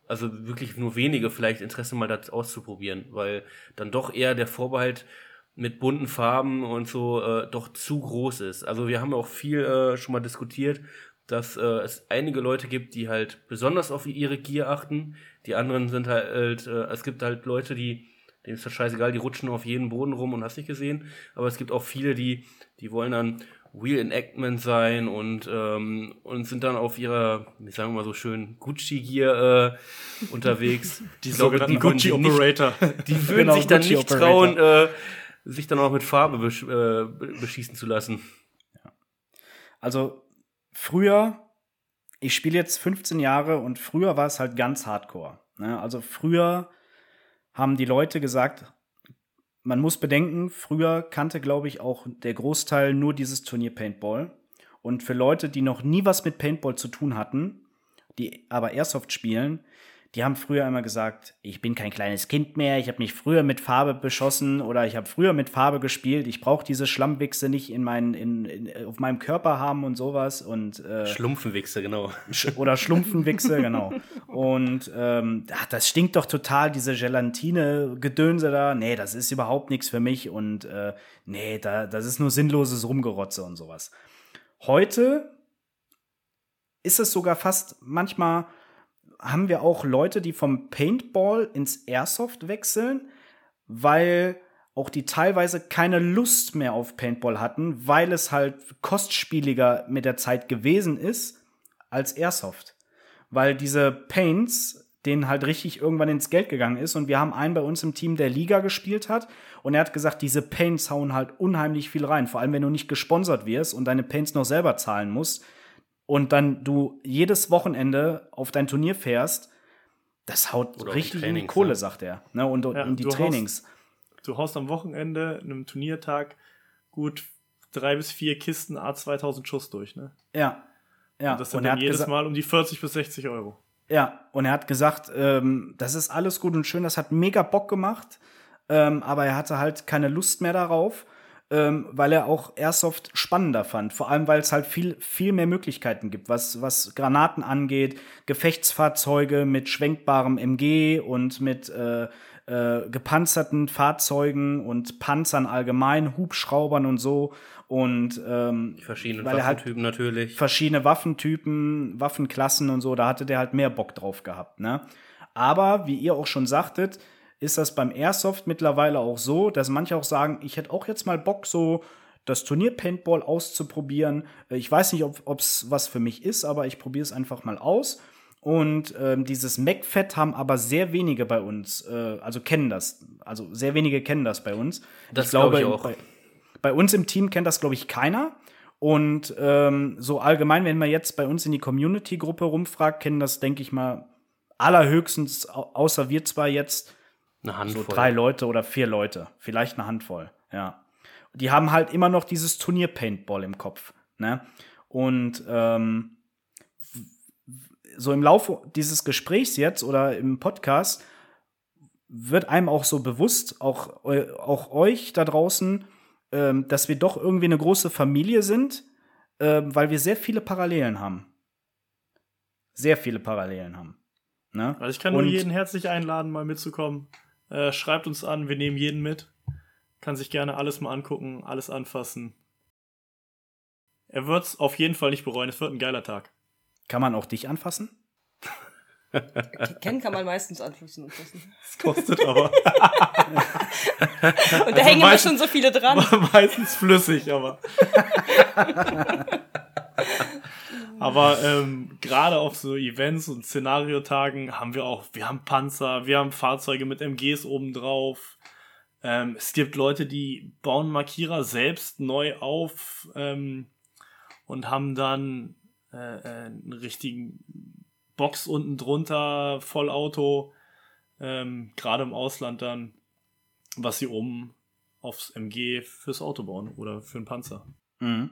also wirklich nur wenige vielleicht Interesse mal das auszuprobieren, weil dann doch eher der Vorbehalt mit bunten Farben und so äh, doch zu groß ist. Also wir haben auch viel äh, schon mal diskutiert, dass äh, es einige Leute gibt, die halt besonders auf ihre Gier achten. Die anderen sind halt, äh, es gibt halt Leute, die, denen ist das scheißegal, die rutschen auf jeden Boden rum und hast nicht gesehen. Aber es gibt auch viele, die, die wollen dann Real Enactment sein und ähm, und sind dann auf ihrer, wie sagen wir mal so schön, Gucci-Gier äh, unterwegs. Die Ich glaube, sogenannten die würden sich nicht- Gucci-Operator. Die würden Genau, sich dann Gucci nicht Operator. trauen, äh, sich dann auch mit Farbe besch äh, beschießen zu lassen. Also früher, ich spiele jetzt fünfzehn Jahre und früher war es halt ganz hardcore. Ne? Also früher haben die Leute gesagt, man muss bedenken, früher kannte, glaube ich, auch der Großteil nur dieses Turnier Paintball. Und für Leute, die noch nie was mit Paintball zu tun hatten, die aber Airsoft spielen, die haben früher immer gesagt, ich bin kein kleines Kind mehr, ich habe mich früher mit Farbe beschossen oder ich habe früher mit Farbe gespielt, ich brauche diese Schlammwichse nicht in meinen, in, in, auf meinem Körper haben und sowas. Und äh, Schlumpfenwichse, genau. Sch- oder Schlumpfenwichse, genau. Und ähm, ach, das stinkt doch total, diese Gelatine-Gedönse da. Nee, das ist überhaupt nichts für mich. Und äh, nee, da, das ist nur sinnloses Rumgerotze und sowas. Heute ist es sogar fast, manchmal haben wir auch Leute, die vom Paintball ins Airsoft wechseln, weil auch die teilweise keine Lust mehr auf Paintball hatten, weil es halt kostspieliger mit der Zeit gewesen ist als Airsoft. Weil diese Paints denen halt richtig irgendwann ins Geld gegangen ist. Und wir haben einen bei uns im Team, der Liga gespielt hat. Und er hat gesagt, diese Paints hauen halt unheimlich viel rein. Vor allem, wenn du nicht gesponsert wirst und deine Paints noch selber zahlen musst. Und dann du jedes Wochenende auf dein Turnier fährst, das haut Oder auch richtig die in die Trainings, Kohle, ne? sagt er. Ne? Und, Ja, und die du Trainings. Du haust am Wochenende, einem Turniertag, gut drei bis vier Kisten A zweitausend Schuss durch, ne? Ja. Ja. Und das sind und er dann hat jedes gesa- Mal um die vierzig bis sechzig Euro. Ja, und er hat gesagt, ähm, das ist alles gut und schön, das hat mega Bock gemacht, ähm, aber er hatte halt keine Lust mehr darauf, ähm, weil er auch Airsoft spannender fand. Vor allem, weil es halt viel, viel mehr Möglichkeiten gibt, was, was Granaten angeht, Gefechtsfahrzeuge mit schwenkbarem M G und mit äh, äh, gepanzerten Fahrzeugen und Panzern allgemein, Hubschraubern und so. Und ähm, Die verschiedenen weil er halt Waffentypen natürlich. verschiedene Waffentypen, Waffenklassen und so, da hatte der halt mehr Bock drauf gehabt, ne? Aber, wie ihr auch schon sagtet, ist das beim Airsoft mittlerweile auch so, dass manche auch sagen, ich hätte auch jetzt mal Bock, so das Turnier Paintball auszuprobieren. Ich weiß nicht, ob es was für mich ist, aber ich probiere es einfach mal aus. Und ähm, dieses MacFett haben aber sehr wenige bei uns, äh, also kennen das. Also sehr wenige kennen das bei uns. Das glaube ich auch. Bei, bei uns im Team kennt das, glaube ich, keiner. Und ähm, so allgemein, wenn man jetzt bei uns in die Community-Gruppe rumfragt, kennen das, denke ich mal, allerhöchstens, au- außer wir zwei jetzt, Eine so Handvoll. drei Leute oder vier Leute. Vielleicht eine Handvoll, ja. Die haben halt immer noch dieses Turnier-Paintball im Kopf, ne? Und ähm, so im Laufe dieses Gesprächs jetzt oder im Podcast wird einem auch so bewusst, auch, eu- auch euch da draußen, ähm, dass wir doch irgendwie eine große Familie sind, ähm, weil wir sehr viele Parallelen haben. Sehr viele Parallelen haben. Ne? Also ich kann nur Und- jeden herzlich einladen, mal mitzukommen. Äh, schreibt uns an, wir nehmen jeden mit. Kann sich gerne alles mal angucken, alles anfassen. Er wird's auf jeden Fall nicht bereuen, es wird ein geiler Tag. Kann man auch dich anfassen? Kennen kann man meistens anfassen und fassen. Das kostet aber Und da hängen immer meistens- schon so viele dran. meistens flüssig, aber. Aber ähm, gerade auf so Events und Szenariotagen haben wir auch, wir haben Panzer, wir haben Fahrzeuge mit M Gs obendrauf. Ähm, es gibt Leute, die bauen Markierer selbst neu auf ähm, und haben dann äh, äh, einen richtigen Box unten drunter, Vollauto, ähm, gerade im Ausland dann, was sie oben aufs M G fürs Auto bauen oder für einen Panzer. Mhm.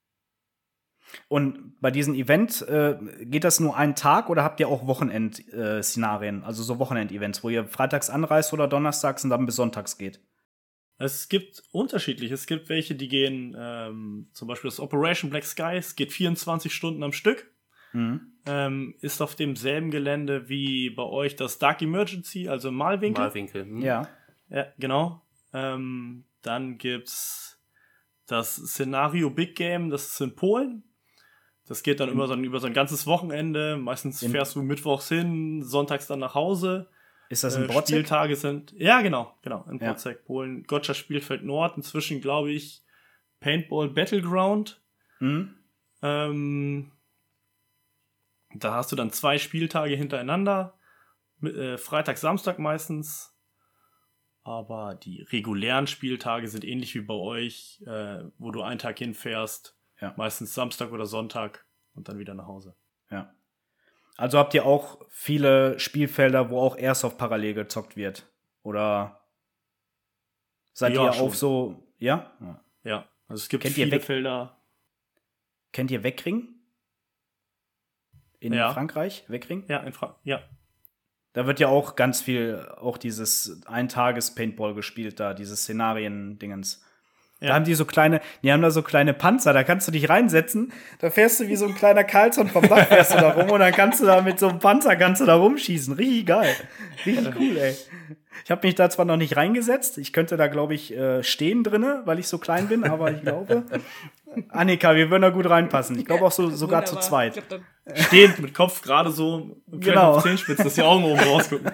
Und bei diesem Event, äh, geht das nur einen Tag oder habt ihr auch Wochenend-Szenarien, also so Wochenend-Events, wo ihr freitags anreist oder donnerstags und dann bis sonntags geht? Es gibt unterschiedliche. Es gibt welche, die gehen, ähm, zum Beispiel das Operation Black Sky, es geht vierundzwanzig Stunden am Stück. Mhm. Ähm, ist auf demselben Gelände wie bei euch das Dark Emergency, also Malwinkel. Malwinkel. Hm? Ja. Ja, genau. Ähm, dann gibt's das Szenario Big Game, das ist in Polen. Das geht dann über so, ein, über so ein ganzes Wochenende. Meistens In- fährst du mittwochs hin, sonntags dann nach Hause. Ist das ein Äh, Brodzek? Spieltage sind, ja genau, genau, in Ja. Potsdam, Polen. Gotcha Spielfeld Nord, inzwischen glaube ich Paintball Battleground. Mhm. Ähm, da hast du dann zwei Spieltage hintereinander, mit, äh, Freitag, Samstag meistens. Aber die regulären Spieltage sind ähnlich wie bei euch, äh, wo du einen Tag hinfährst, Ja. meistens Samstag oder Sonntag und dann wieder nach Hause. Ja. Also habt ihr auch viele Spielfelder, wo auch Airsoft parallel gezockt wird? Oder seid Ja, ihr schon. auch so, ja? ja? Ja, also es gibt Kennt ihr viele Weg- Felder. Kennt ihr Weckring? In Ja. Frankreich, Weckring? Ja, in Fra ja. Da wird ja auch ganz viel, auch dieses Eintages-Paintball gespielt da, dieses Szenarien-Dingens. Ja. Da haben die so kleine, die haben da so kleine Panzer, da kannst du dich reinsetzen, da fährst du wie so ein kleiner Karlsson vom Dach, fährst du da rum und dann kannst du da mit so einem Panzer kannst du da rumschießen. Richtig geil. Richtig cool, ey. Ich habe mich da zwar noch nicht reingesetzt, ich könnte da, glaube ich, äh, stehen drinne, weil ich so klein bin, aber ich glaube, Annika, wir würden da gut reinpassen. Ich glaube auch so, sogar zu Wunderbar. zweit. Ich glaub, dann- Stehend mit Kopf gerade so, vielleicht Genau. auf Zehenspitzen, dass die Augen oben rausgucken.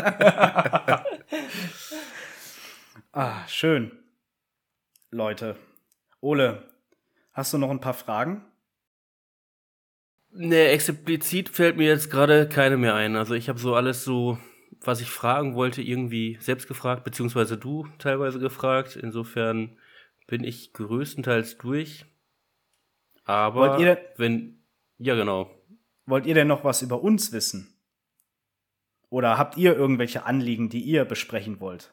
Ah, schön. Leute. Ole, hast du noch ein paar Fragen? Nee, explizit fällt mir jetzt gerade keine mehr ein. Also ich habe so alles so, was ich fragen wollte, irgendwie selbst gefragt, beziehungsweise du teilweise gefragt. Insofern bin ich größtenteils durch. Aber Wollt ihr- wenn, ja genau. Wollt ihr denn noch was über uns wissen? Oder habt ihr irgendwelche Anliegen, die ihr besprechen wollt?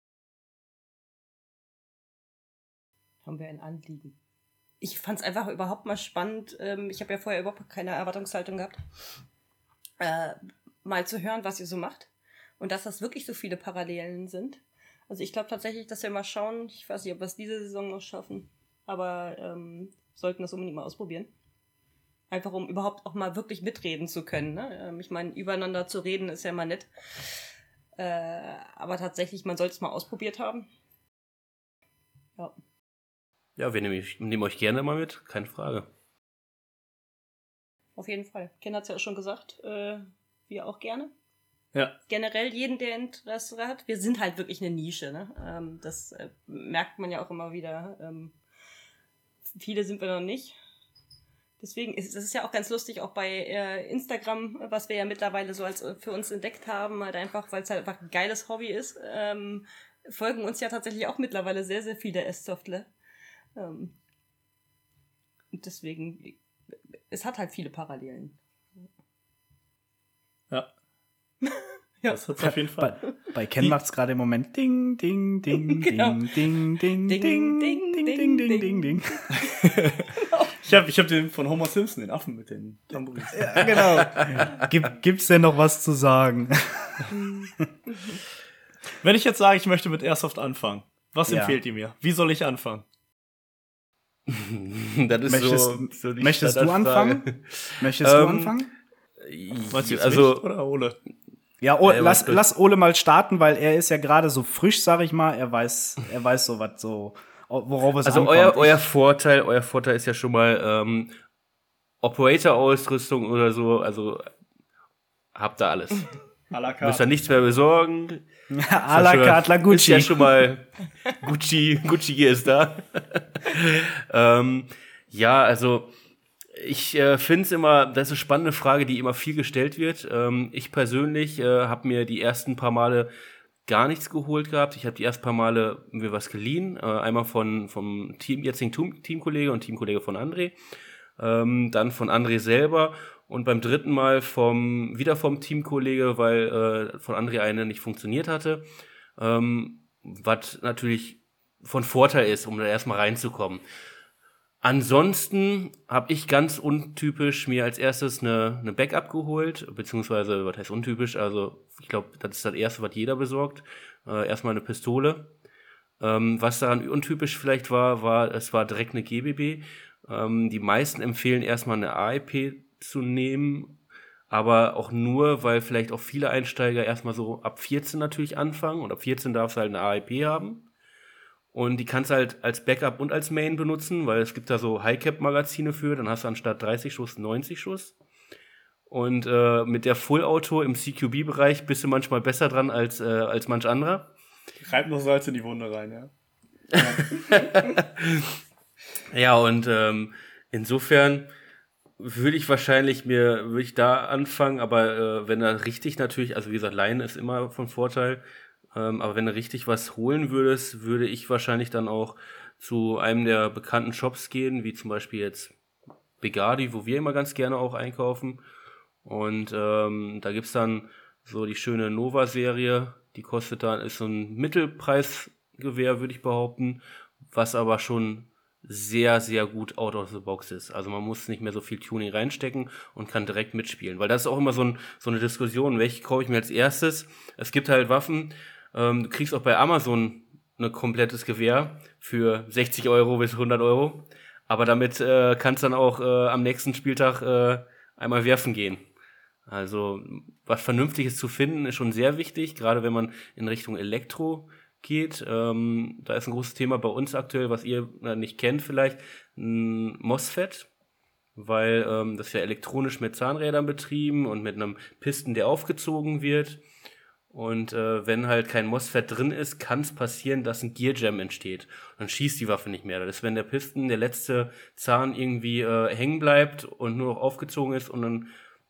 Haben wir ein Anliegen. Ich fand es einfach überhaupt mal spannend. Ähm, ich habe ja vorher überhaupt keine Erwartungshaltung gehabt, äh, mal zu hören, was ihr so macht. Und dass das wirklich so viele Parallelen sind. Also ich glaube tatsächlich, dass wir mal schauen, ich weiß nicht, ob wir es diese Saison noch schaffen, aber ähm, sollten das unbedingt mal ausprobieren. Einfach um überhaupt auch mal wirklich mitreden zu können. Ne? Ähm, ich meine, übereinander zu reden ist ja immer nett. Äh, aber tatsächlich, man sollte es mal ausprobiert haben. Ja. Ja, wir nehmen, nehmen euch gerne mal mit, keine Frage. Auf jeden Fall. Ken hat es ja auch schon gesagt, äh, wir auch gerne. Ja. Generell jeden, der Interesse hat. Wir sind halt wirklich eine Nische, ne? Ähm, das äh, merkt man ja auch immer wieder. Ähm, viele sind wir noch nicht. Deswegen ist es ja auch ganz lustig, auch bei äh, Instagram, was wir ja mittlerweile so als äh, für uns entdeckt haben, halt einfach, weil es halt einfach ein geiles Hobby ist, ähm, folgen uns ja tatsächlich auch mittlerweile sehr, sehr viele Airsoftler. Ähm, und deswegen, es hat halt viele Parallelen. Ja. Ja. Das hat's auf jeden Fall. Bei, bei Ken macht's gerade im Moment Ding, Ding, Ding, Genau. Ding, Ding, Ding, Ding, Ding, ding, Ding, ding, Ding, Ding, Ding, Ding. Ich habe ich hab den von Homer Simpson, den Affen mit den Tambourins. Ja, genau. Gibt, gibt's denn noch was zu sagen? Wenn ich jetzt sage, ich möchte mit Airsoft anfangen, was Ja. empfehlt ihr mir? Wie soll ich anfangen? Das ist Möchtest, so, so die möchtest du Standardfrage. anfangen? Möchtest du Ähm, anfangen? Meinst du jetzt also, mich oder Ole? Ja, oh, Ja, lass, was- lass Ole mal starten, weil er ist ja gerade so frisch, sag ich mal. Er weiß, er weiß so was so, worauf es Also ankommt. euer, Ich- euer Vorteil, euer Vorteil ist ja schon mal ähm, Operator-Ausrüstung oder so, also habt ihr alles. À la Müsst ihr carte. nichts mehr besorgen. à la carte la Ist Gucci. ja schon mal Gucci, Gucci Gear ist da. ähm, ja, also ich äh, finde es immer, das ist eine spannende Frage, die immer viel gestellt wird. Ähm, ich persönlich äh, habe mir die ersten paar Male gar nichts geholt gehabt. Ich habe die ersten paar Male mir was geliehen. Äh, einmal von vom Team, jetzigen Team- Teamkollege und Teamkollege von André. Ähm, dann von André selber. Und beim dritten Mal vom, wieder vom Teamkollege, weil äh, von André eine nicht funktioniert hatte. Ähm, was natürlich von Vorteil ist, um da erstmal reinzukommen. Ansonsten habe ich ganz untypisch mir als erstes eine, eine Backup geholt, beziehungsweise, was heißt untypisch, also ich glaube, das ist das Erste, was jeder besorgt. Äh, erstmal eine Pistole. Ähm, was daran untypisch vielleicht war, war, es war direkt eine G B B. Ähm, die meisten empfehlen erstmal eine A E P zu nehmen, aber auch nur, weil vielleicht auch viele Einsteiger erstmal so ab vierzehn natürlich anfangen und ab vierzehn darfst du halt eine A E P haben und die kannst du halt als Backup und als Main benutzen, weil es gibt da so High-Cap-Magazine für, dann hast du anstatt dreißig Schuss neunzig Schuss und äh, mit der Full-Auto im C Q B-Bereich bist du manchmal besser dran als, äh, als manch anderer. Reibt noch Salz in die Wunde rein, ja. Ja, und ähm, insofern würde ich wahrscheinlich mir, würde ich da anfangen, aber äh, wenn er richtig natürlich, also wie gesagt, Leihen ist immer von Vorteil, ähm, aber wenn du richtig was holen würdest, würde ich wahrscheinlich dann auch zu einem der bekannten Shops gehen, wie zum Beispiel jetzt Begadi, wo wir immer ganz gerne auch einkaufen. Und ähm, da gibt's dann so die schöne Nova-Serie, die kostet dann, ist so ein Mittelpreisgewehr, würde ich behaupten, was aber schon sehr, sehr gut out of the box ist. Also man muss nicht mehr so viel Tuning reinstecken und kann direkt mitspielen. Weil das ist auch immer so, ein, so eine Diskussion, welche kaufe ich mir als erstes. Es gibt halt Waffen, ähm, du kriegst auch bei Amazon ein komplettes Gewehr für sechzig Euro bis hundert Euro. Aber damit äh, kannst du dann auch äh, am nächsten Spieltag äh, einmal werfen gehen. Also was Vernünftiges zu finden ist schon sehr wichtig, gerade wenn man in Richtung Elektro geht. Ähm, da ist ein großes Thema bei uns aktuell, was ihr äh, nicht kennt vielleicht, ein MOSFET, weil ähm, das ist ja elektronisch mit Zahnrädern betrieben und mit einem Pisten, der aufgezogen wird. Und äh, wenn halt kein MOSFET drin ist, kann es passieren, dass ein Gear Jam entsteht. Dann schießt die Waffe nicht mehr. Das ist, wenn der Pisten, der letzte Zahn irgendwie äh, hängen bleibt und nur noch aufgezogen ist und dann,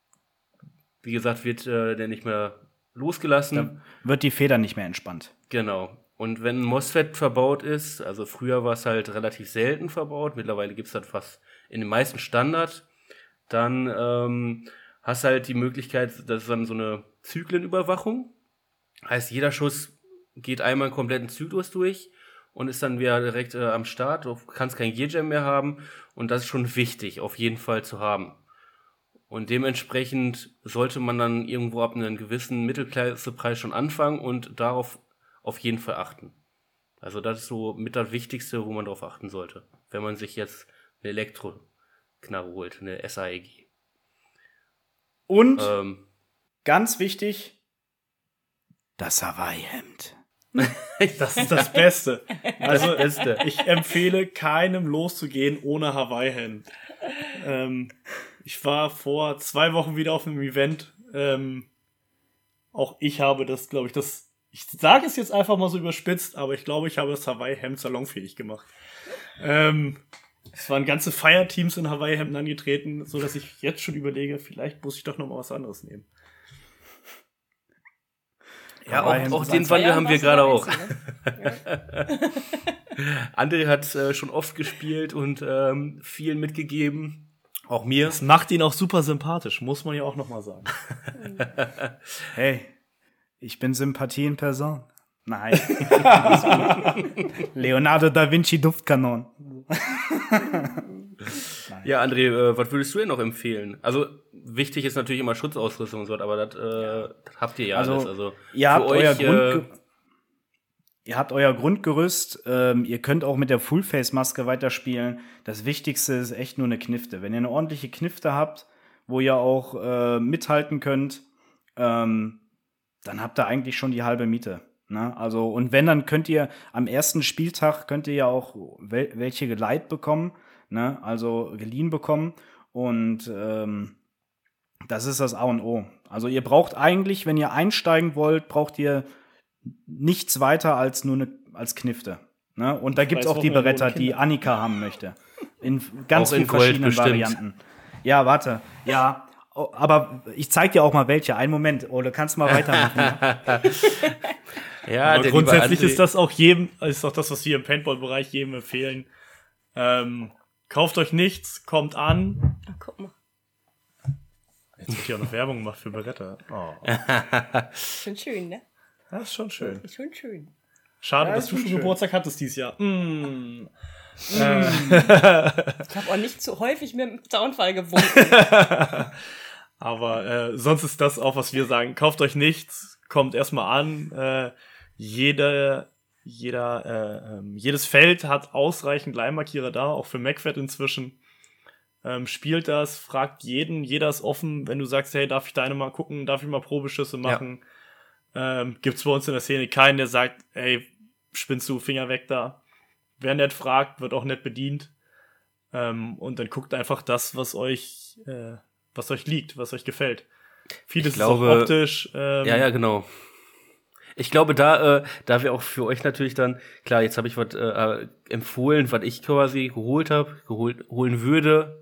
wie gesagt, wird äh, der nicht mehr losgelassen. Dann wird die Feder nicht mehr entspannt. Genau. Und wenn ein MOSFET verbaut ist, also früher war es halt relativ selten verbaut, mittlerweile gibt es das fast in den meisten Standard, dann ähm, hast du halt die Möglichkeit, das ist dann so eine Zyklenüberwachung. Heißt, jeder Schuss geht einmal einen kompletten Zyklus durch und ist dann wieder direkt äh, am Start. Du kannst kein Gear Jam mehr haben und das ist schon wichtig, auf jeden Fall zu haben. Und dementsprechend sollte man dann irgendwo ab einem gewissen Mittelklassepreis schon anfangen und darauf auf jeden Fall achten. Also das ist so mit das Wichtigste, wo man darauf achten sollte, wenn man sich jetzt eine Elektro-Knarre holt, eine S A E G. Und Ähm, ganz wichtig, das Hawaii-Hemd. Das ist das Beste. Also, das Beste. ich empfehle keinem loszugehen ohne Hawaii-Hemd. Ähm, ich war vor zwei Wochen wieder auf einem Event. Ähm, auch ich habe das, glaube ich, das ich sage es jetzt einfach mal so überspitzt, aber ich glaube, ich habe das Hawaii-Hemd salonfähig gemacht. Ähm, es waren ganze Feierteams in Hawaii-Hemden angetreten, so dass ich jetzt schon überlege, vielleicht muss ich doch noch mal was anderes nehmen. Ja, auch, auch den Wandel haben wir gerade auch. André hat äh, schon oft gespielt und ähm, viel mitgegeben. Auch mir. Das macht ihn auch super sympathisch, muss man ja auch noch mal sagen. Hey, ich bin Sympathie in Person. Nein. Leonardo da Vinci Duftkanon. Ja, André, äh, was würdest du denn noch empfehlen? Also, wichtig ist natürlich immer Schutzausrüstung und so, aber das, äh, das habt ihr ja Also, alles. Also, ihr für habt euch, euer äh, Grundge- Ihr habt euer Grundgerüst, ähm, ihr könnt auch mit der Fullface-Maske weiterspielen. Das Wichtigste ist echt nur eine Knifte. Wenn ihr eine ordentliche Knifte habt, wo ihr auch äh, mithalten könnt, ähm, dann habt ihr eigentlich schon die halbe Miete. Ne? Also, und wenn, dann könnt ihr am ersten Spieltag könnt ihr ja auch wel- welche geleiht bekommen, ne? Also geliehen bekommen. Und ähm, das ist das A und O. Also ihr braucht eigentlich, wenn ihr einsteigen wollt, braucht ihr nichts weiter als nur eine als Knifte. Ne? Und da gibt es auch die Beretta, die Annika haben möchte. In ganz Auch in vielen Gold verschiedenen bestimmt. Varianten. Ja, warte. Ja, oh, aber ich zeig dir auch mal welche. Einen Moment. Ole, kannst mal weitermachen. ja, Aber der grundsätzlich liebe André- ist das auch jedem, ist auch das, was wir im Paintball-Bereich jedem empfehlen. Ähm, kauft euch nichts, kommt an. Ach, guck mal. Jetzt wird hier auch noch Werbung gemacht für Beretta. Oh. Schon schön, ne? Das ist schon schön. Ist schon schön. Schade, Ja, dass ist du schon schon schön. Geburtstag hattest dieses Jahr. Mm. Ich habe auch nicht zu häufig mit dem Zaunfall gewunken. Aber äh, sonst ist das auch, was wir sagen. Kauft euch nichts, kommt erstmal an. Äh, jede, jeder, äh, ähm, jedes Feld hat ausreichend Leihmarkierer da, auch für MacFed inzwischen. Ähm, spielt das, fragt jeden, jeder ist offen, wenn du sagst, hey, darf ich deine mal gucken, darf ich mal Probeschüsse machen? Ja. Ähm, gibt's bei uns in der Szene keinen, der sagt, hey, spinnst du, Finger weg da. Wer nett fragt, wird auch nett bedient. Ähm, und dann guckt einfach das, was euch, äh, was euch liegt, was euch gefällt. Vieles ich glaube, ist auch optisch. Ähm, ja, ja, genau. Ich glaube, da, äh, da wir auch für euch natürlich dann, klar, jetzt habe ich was äh, empfohlen, was ich quasi geholt habe, geholt, holen würde.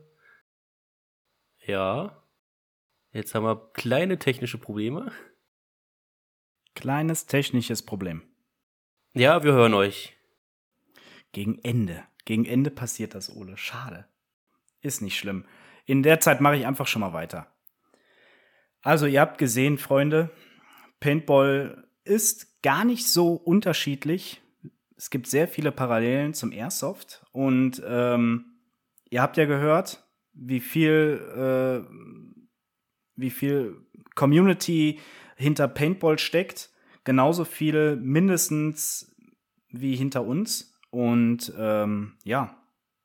Ja. Jetzt haben wir kleine technische Probleme. Kleines technisches Problem. Ja, wir hören euch. Gegen Ende. Gegen Ende passiert das, Ole. Schade. Ist nicht schlimm. In der Zeit mache ich einfach schon mal weiter. Also, ihr habt gesehen, Freunde, Paintball ist gar nicht so unterschiedlich. Es gibt sehr viele Parallelen zum Airsoft. Und ähm, ihr habt ja gehört, wie viel, äh, wie viel Community hinter Paintball steckt. Genauso viel mindestens wie hinter uns. Und ähm, ja,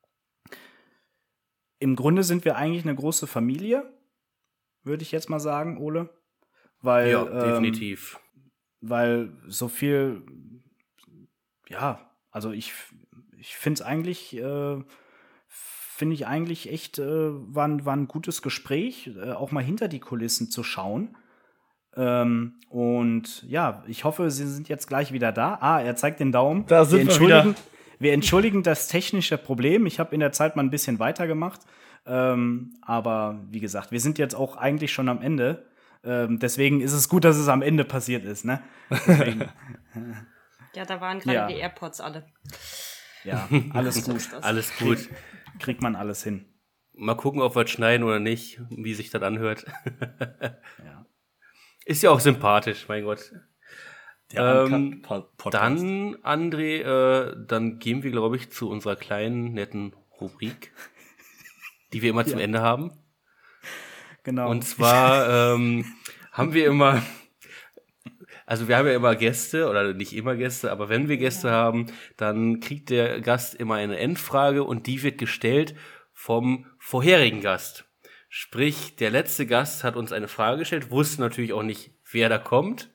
im Grunde sind wir eigentlich eine große Familie, würde ich jetzt mal sagen, Ole. Weil, ja, definitiv. Ähm, weil so viel, ja, also ich, ich finde es eigentlich, äh, finde ich eigentlich echt, äh, war, war ein gutes Gespräch, äh, auch mal hinter die Kulissen zu schauen. Ähm, und ja, ich hoffe, Sie sind jetzt gleich wieder da. Ah, er zeigt den Daumen. Da sind wir, wir entschuldigen, wieder. Wir entschuldigen das technische Problem. Ich habe in der Zeit mal ein bisschen weitergemacht. Ähm, aber wie gesagt, wir sind jetzt auch eigentlich schon am Ende. Ähm, deswegen ist es gut, dass es am Ende passiert ist, ne? Deswegen. Ja, da waren gerade ja. die AirPods alle. Ja, alles gut. Alles gut. Krieg, kriegt man alles hin. Mal gucken, ob wir es schneiden oder nicht, wie sich das anhört. Ja. Ist ja auch sympathisch, mein Gott. Ähm, Podcast. Dann, André, äh, dann gehen wir, glaube ich, zu unserer kleinen, netten Rubrik, die wir immer zum ja. Ende haben. Genau. Und zwar ähm, haben wir immer, also wir haben ja immer Gäste, oder nicht immer Gäste, aber wenn wir Gäste haben, dann kriegt der Gast immer eine Endfrage und die wird gestellt vom vorherigen Gast. Sprich, der letzte Gast hat uns eine Frage gestellt, wusste natürlich auch nicht, wer da kommt.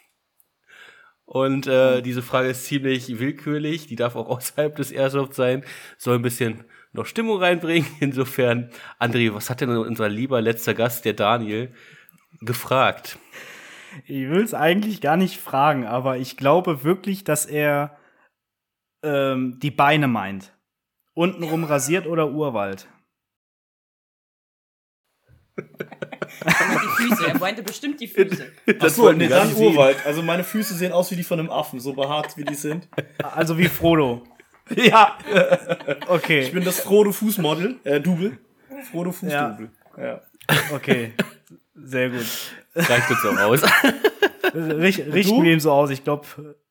Und äh, diese Frage ist ziemlich willkürlich, die darf auch außerhalb des Airsoft sein, soll ein bisschen noch Stimmung reinbringen. Insofern, André, was hat denn unser lieber letzter Gast, der Daniel, gefragt? Ich will es eigentlich gar nicht fragen, aber ich glaube wirklich, dass er ähm, die Beine meint. Untenrum rasiert oder Urwald? Die Füße, er meinte bestimmt die Füße. Achso, nee, dann Urwald. Also meine Füße sehen aus wie die von einem Affen, so behaart wie die sind. Also wie Frodo. Ja. Okay. Ich bin das Frodo Fußmodel, äh, Double. Frodo Fußdouble. Ja. ja. Okay. Sehr gut. Reicht uns auch aus. Richt, richten wir ihm so aus, ich glaube.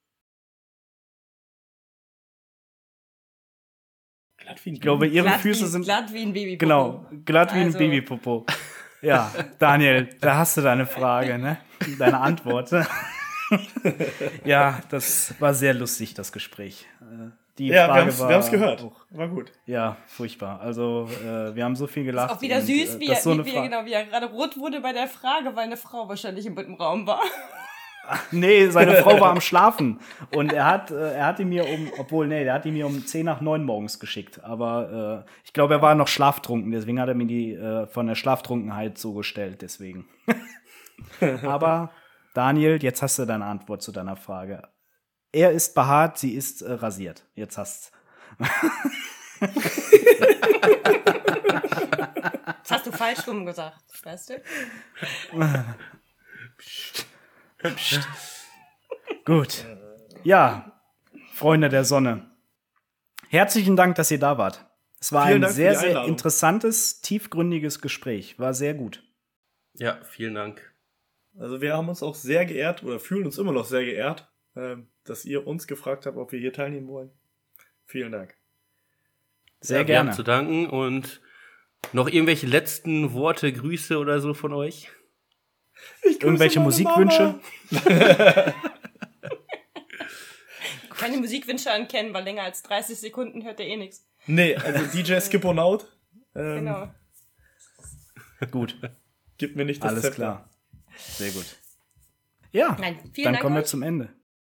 Ich glaube, ihre glatt Füße wie, sind. Glatt wie ein Babypopo. Genau, glatt wie also. ein Babypopo. Ja, Daniel, da hast du deine Frage, ne? Deine Antwort. Ja, das war sehr lustig, das Gespräch. Die ja, Frage wir war haben es gehört. Auch, war gut. Ja, furchtbar. Also, äh, wir haben so viel gelacht. Ist auch wieder und, süß, äh, wie, er, so wie, wie, genau, wie er gerade rot wurde bei der Frage, weil eine Frau wahrscheinlich im Raum war. Nee, seine Frau war am Schlafen. Und er hat, äh, er hat ihn mir um, obwohl, nee, der hat ihn mir um zehn nach neun morgens geschickt. Aber äh, ich glaube, er war noch schlaftrunken. Deswegen hat er mir die äh, von der Schlaftrunkenheit so gestellt. Deswegen. Aber, Daniel, jetzt hast du deine Antwort zu deiner Frage. Er ist behaart, sie ist äh, rasiert. Jetzt hast du. Das hast du falsch rum gesagt, weißt du? Psst. Psst. Gut. Ja, Freunde der Sonne. Herzlichen Dank, dass ihr da wart. Es war vielen ein Dank sehr, sehr interessantes, tiefgründiges Gespräch. War sehr gut. Ja, vielen Dank. Also wir haben uns auch sehr geehrt oder fühlen uns immer noch sehr geehrt, äh, dass ihr uns gefragt habt, ob wir hier teilnehmen wollen. Vielen Dank. Sehr ja, gerne. Wir haben zu danken und noch irgendwelche letzten Worte, Grüße oder so von euch? Irgendwelche Musikwünsche? Keine Musikwünsche ankennen, weil länger als dreißig Sekunden hört ihr eh nichts. Nee, also D J Skipponaut. Ähm, genau. Gut. Gib mir nicht das Alles Zepter. klar. Sehr gut. Ja, Nein, vielen dann Dank kommen wir euch. zum Ende.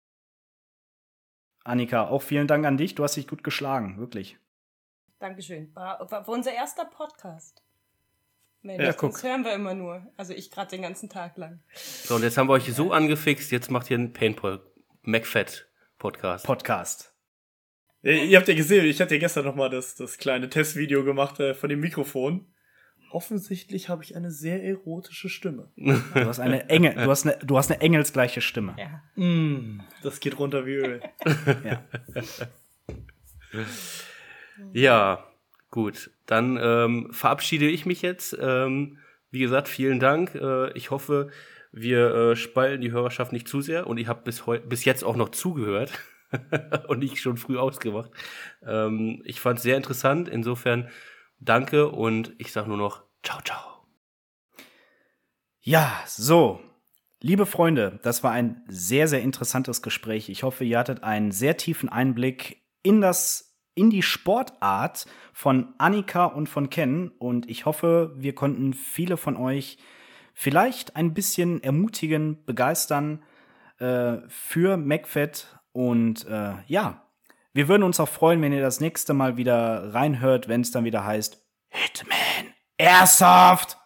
Annika, auch vielen Dank an dich. Du hast dich gut geschlagen, wirklich. Dankeschön. War, war unser erster Podcast. Mensch, Ja, das guck. hören wir immer nur. Also ich gerade den ganzen Tag lang. So, und jetzt haben wir euch so angefixt, jetzt macht ihr einen Paintball McFat Podcast. Podcast. Ja, ihr habt ja gesehen, ich hatte ja gestern nochmal das, das kleine Testvideo gemacht äh, von dem Mikrofon. Offensichtlich habe ich eine sehr erotische Stimme. Du hast eine Engel, du hast eine, du hast eine engelsgleiche Stimme. Ja. Mm, das geht runter wie Öl. Ja. Ja, gut. Dann ähm, verabschiede ich mich jetzt. Ähm, wie gesagt, vielen Dank. Äh, ich hoffe, wir äh, spalten die Hörerschaft nicht zu sehr. Und ich habe bis, heu- bis jetzt auch noch zugehört und nicht schon früh ausgemacht. Ähm, ich fand es sehr interessant. Insofern danke und ich sage nur noch ciao, ciao. Ja, so. Liebe Freunde, das war ein sehr, sehr interessantes Gespräch. Ich hoffe, ihr hattet einen sehr tiefen Einblick in das, in die Sportart von Annika und von Ken. Und ich hoffe, wir konnten viele von euch vielleicht ein bisschen ermutigen, begeistern äh, für McFat. Und äh, ja, wir würden uns auch freuen, wenn ihr das nächste Mal wieder reinhört, wenn es dann wieder heißt Hitman Airsoft.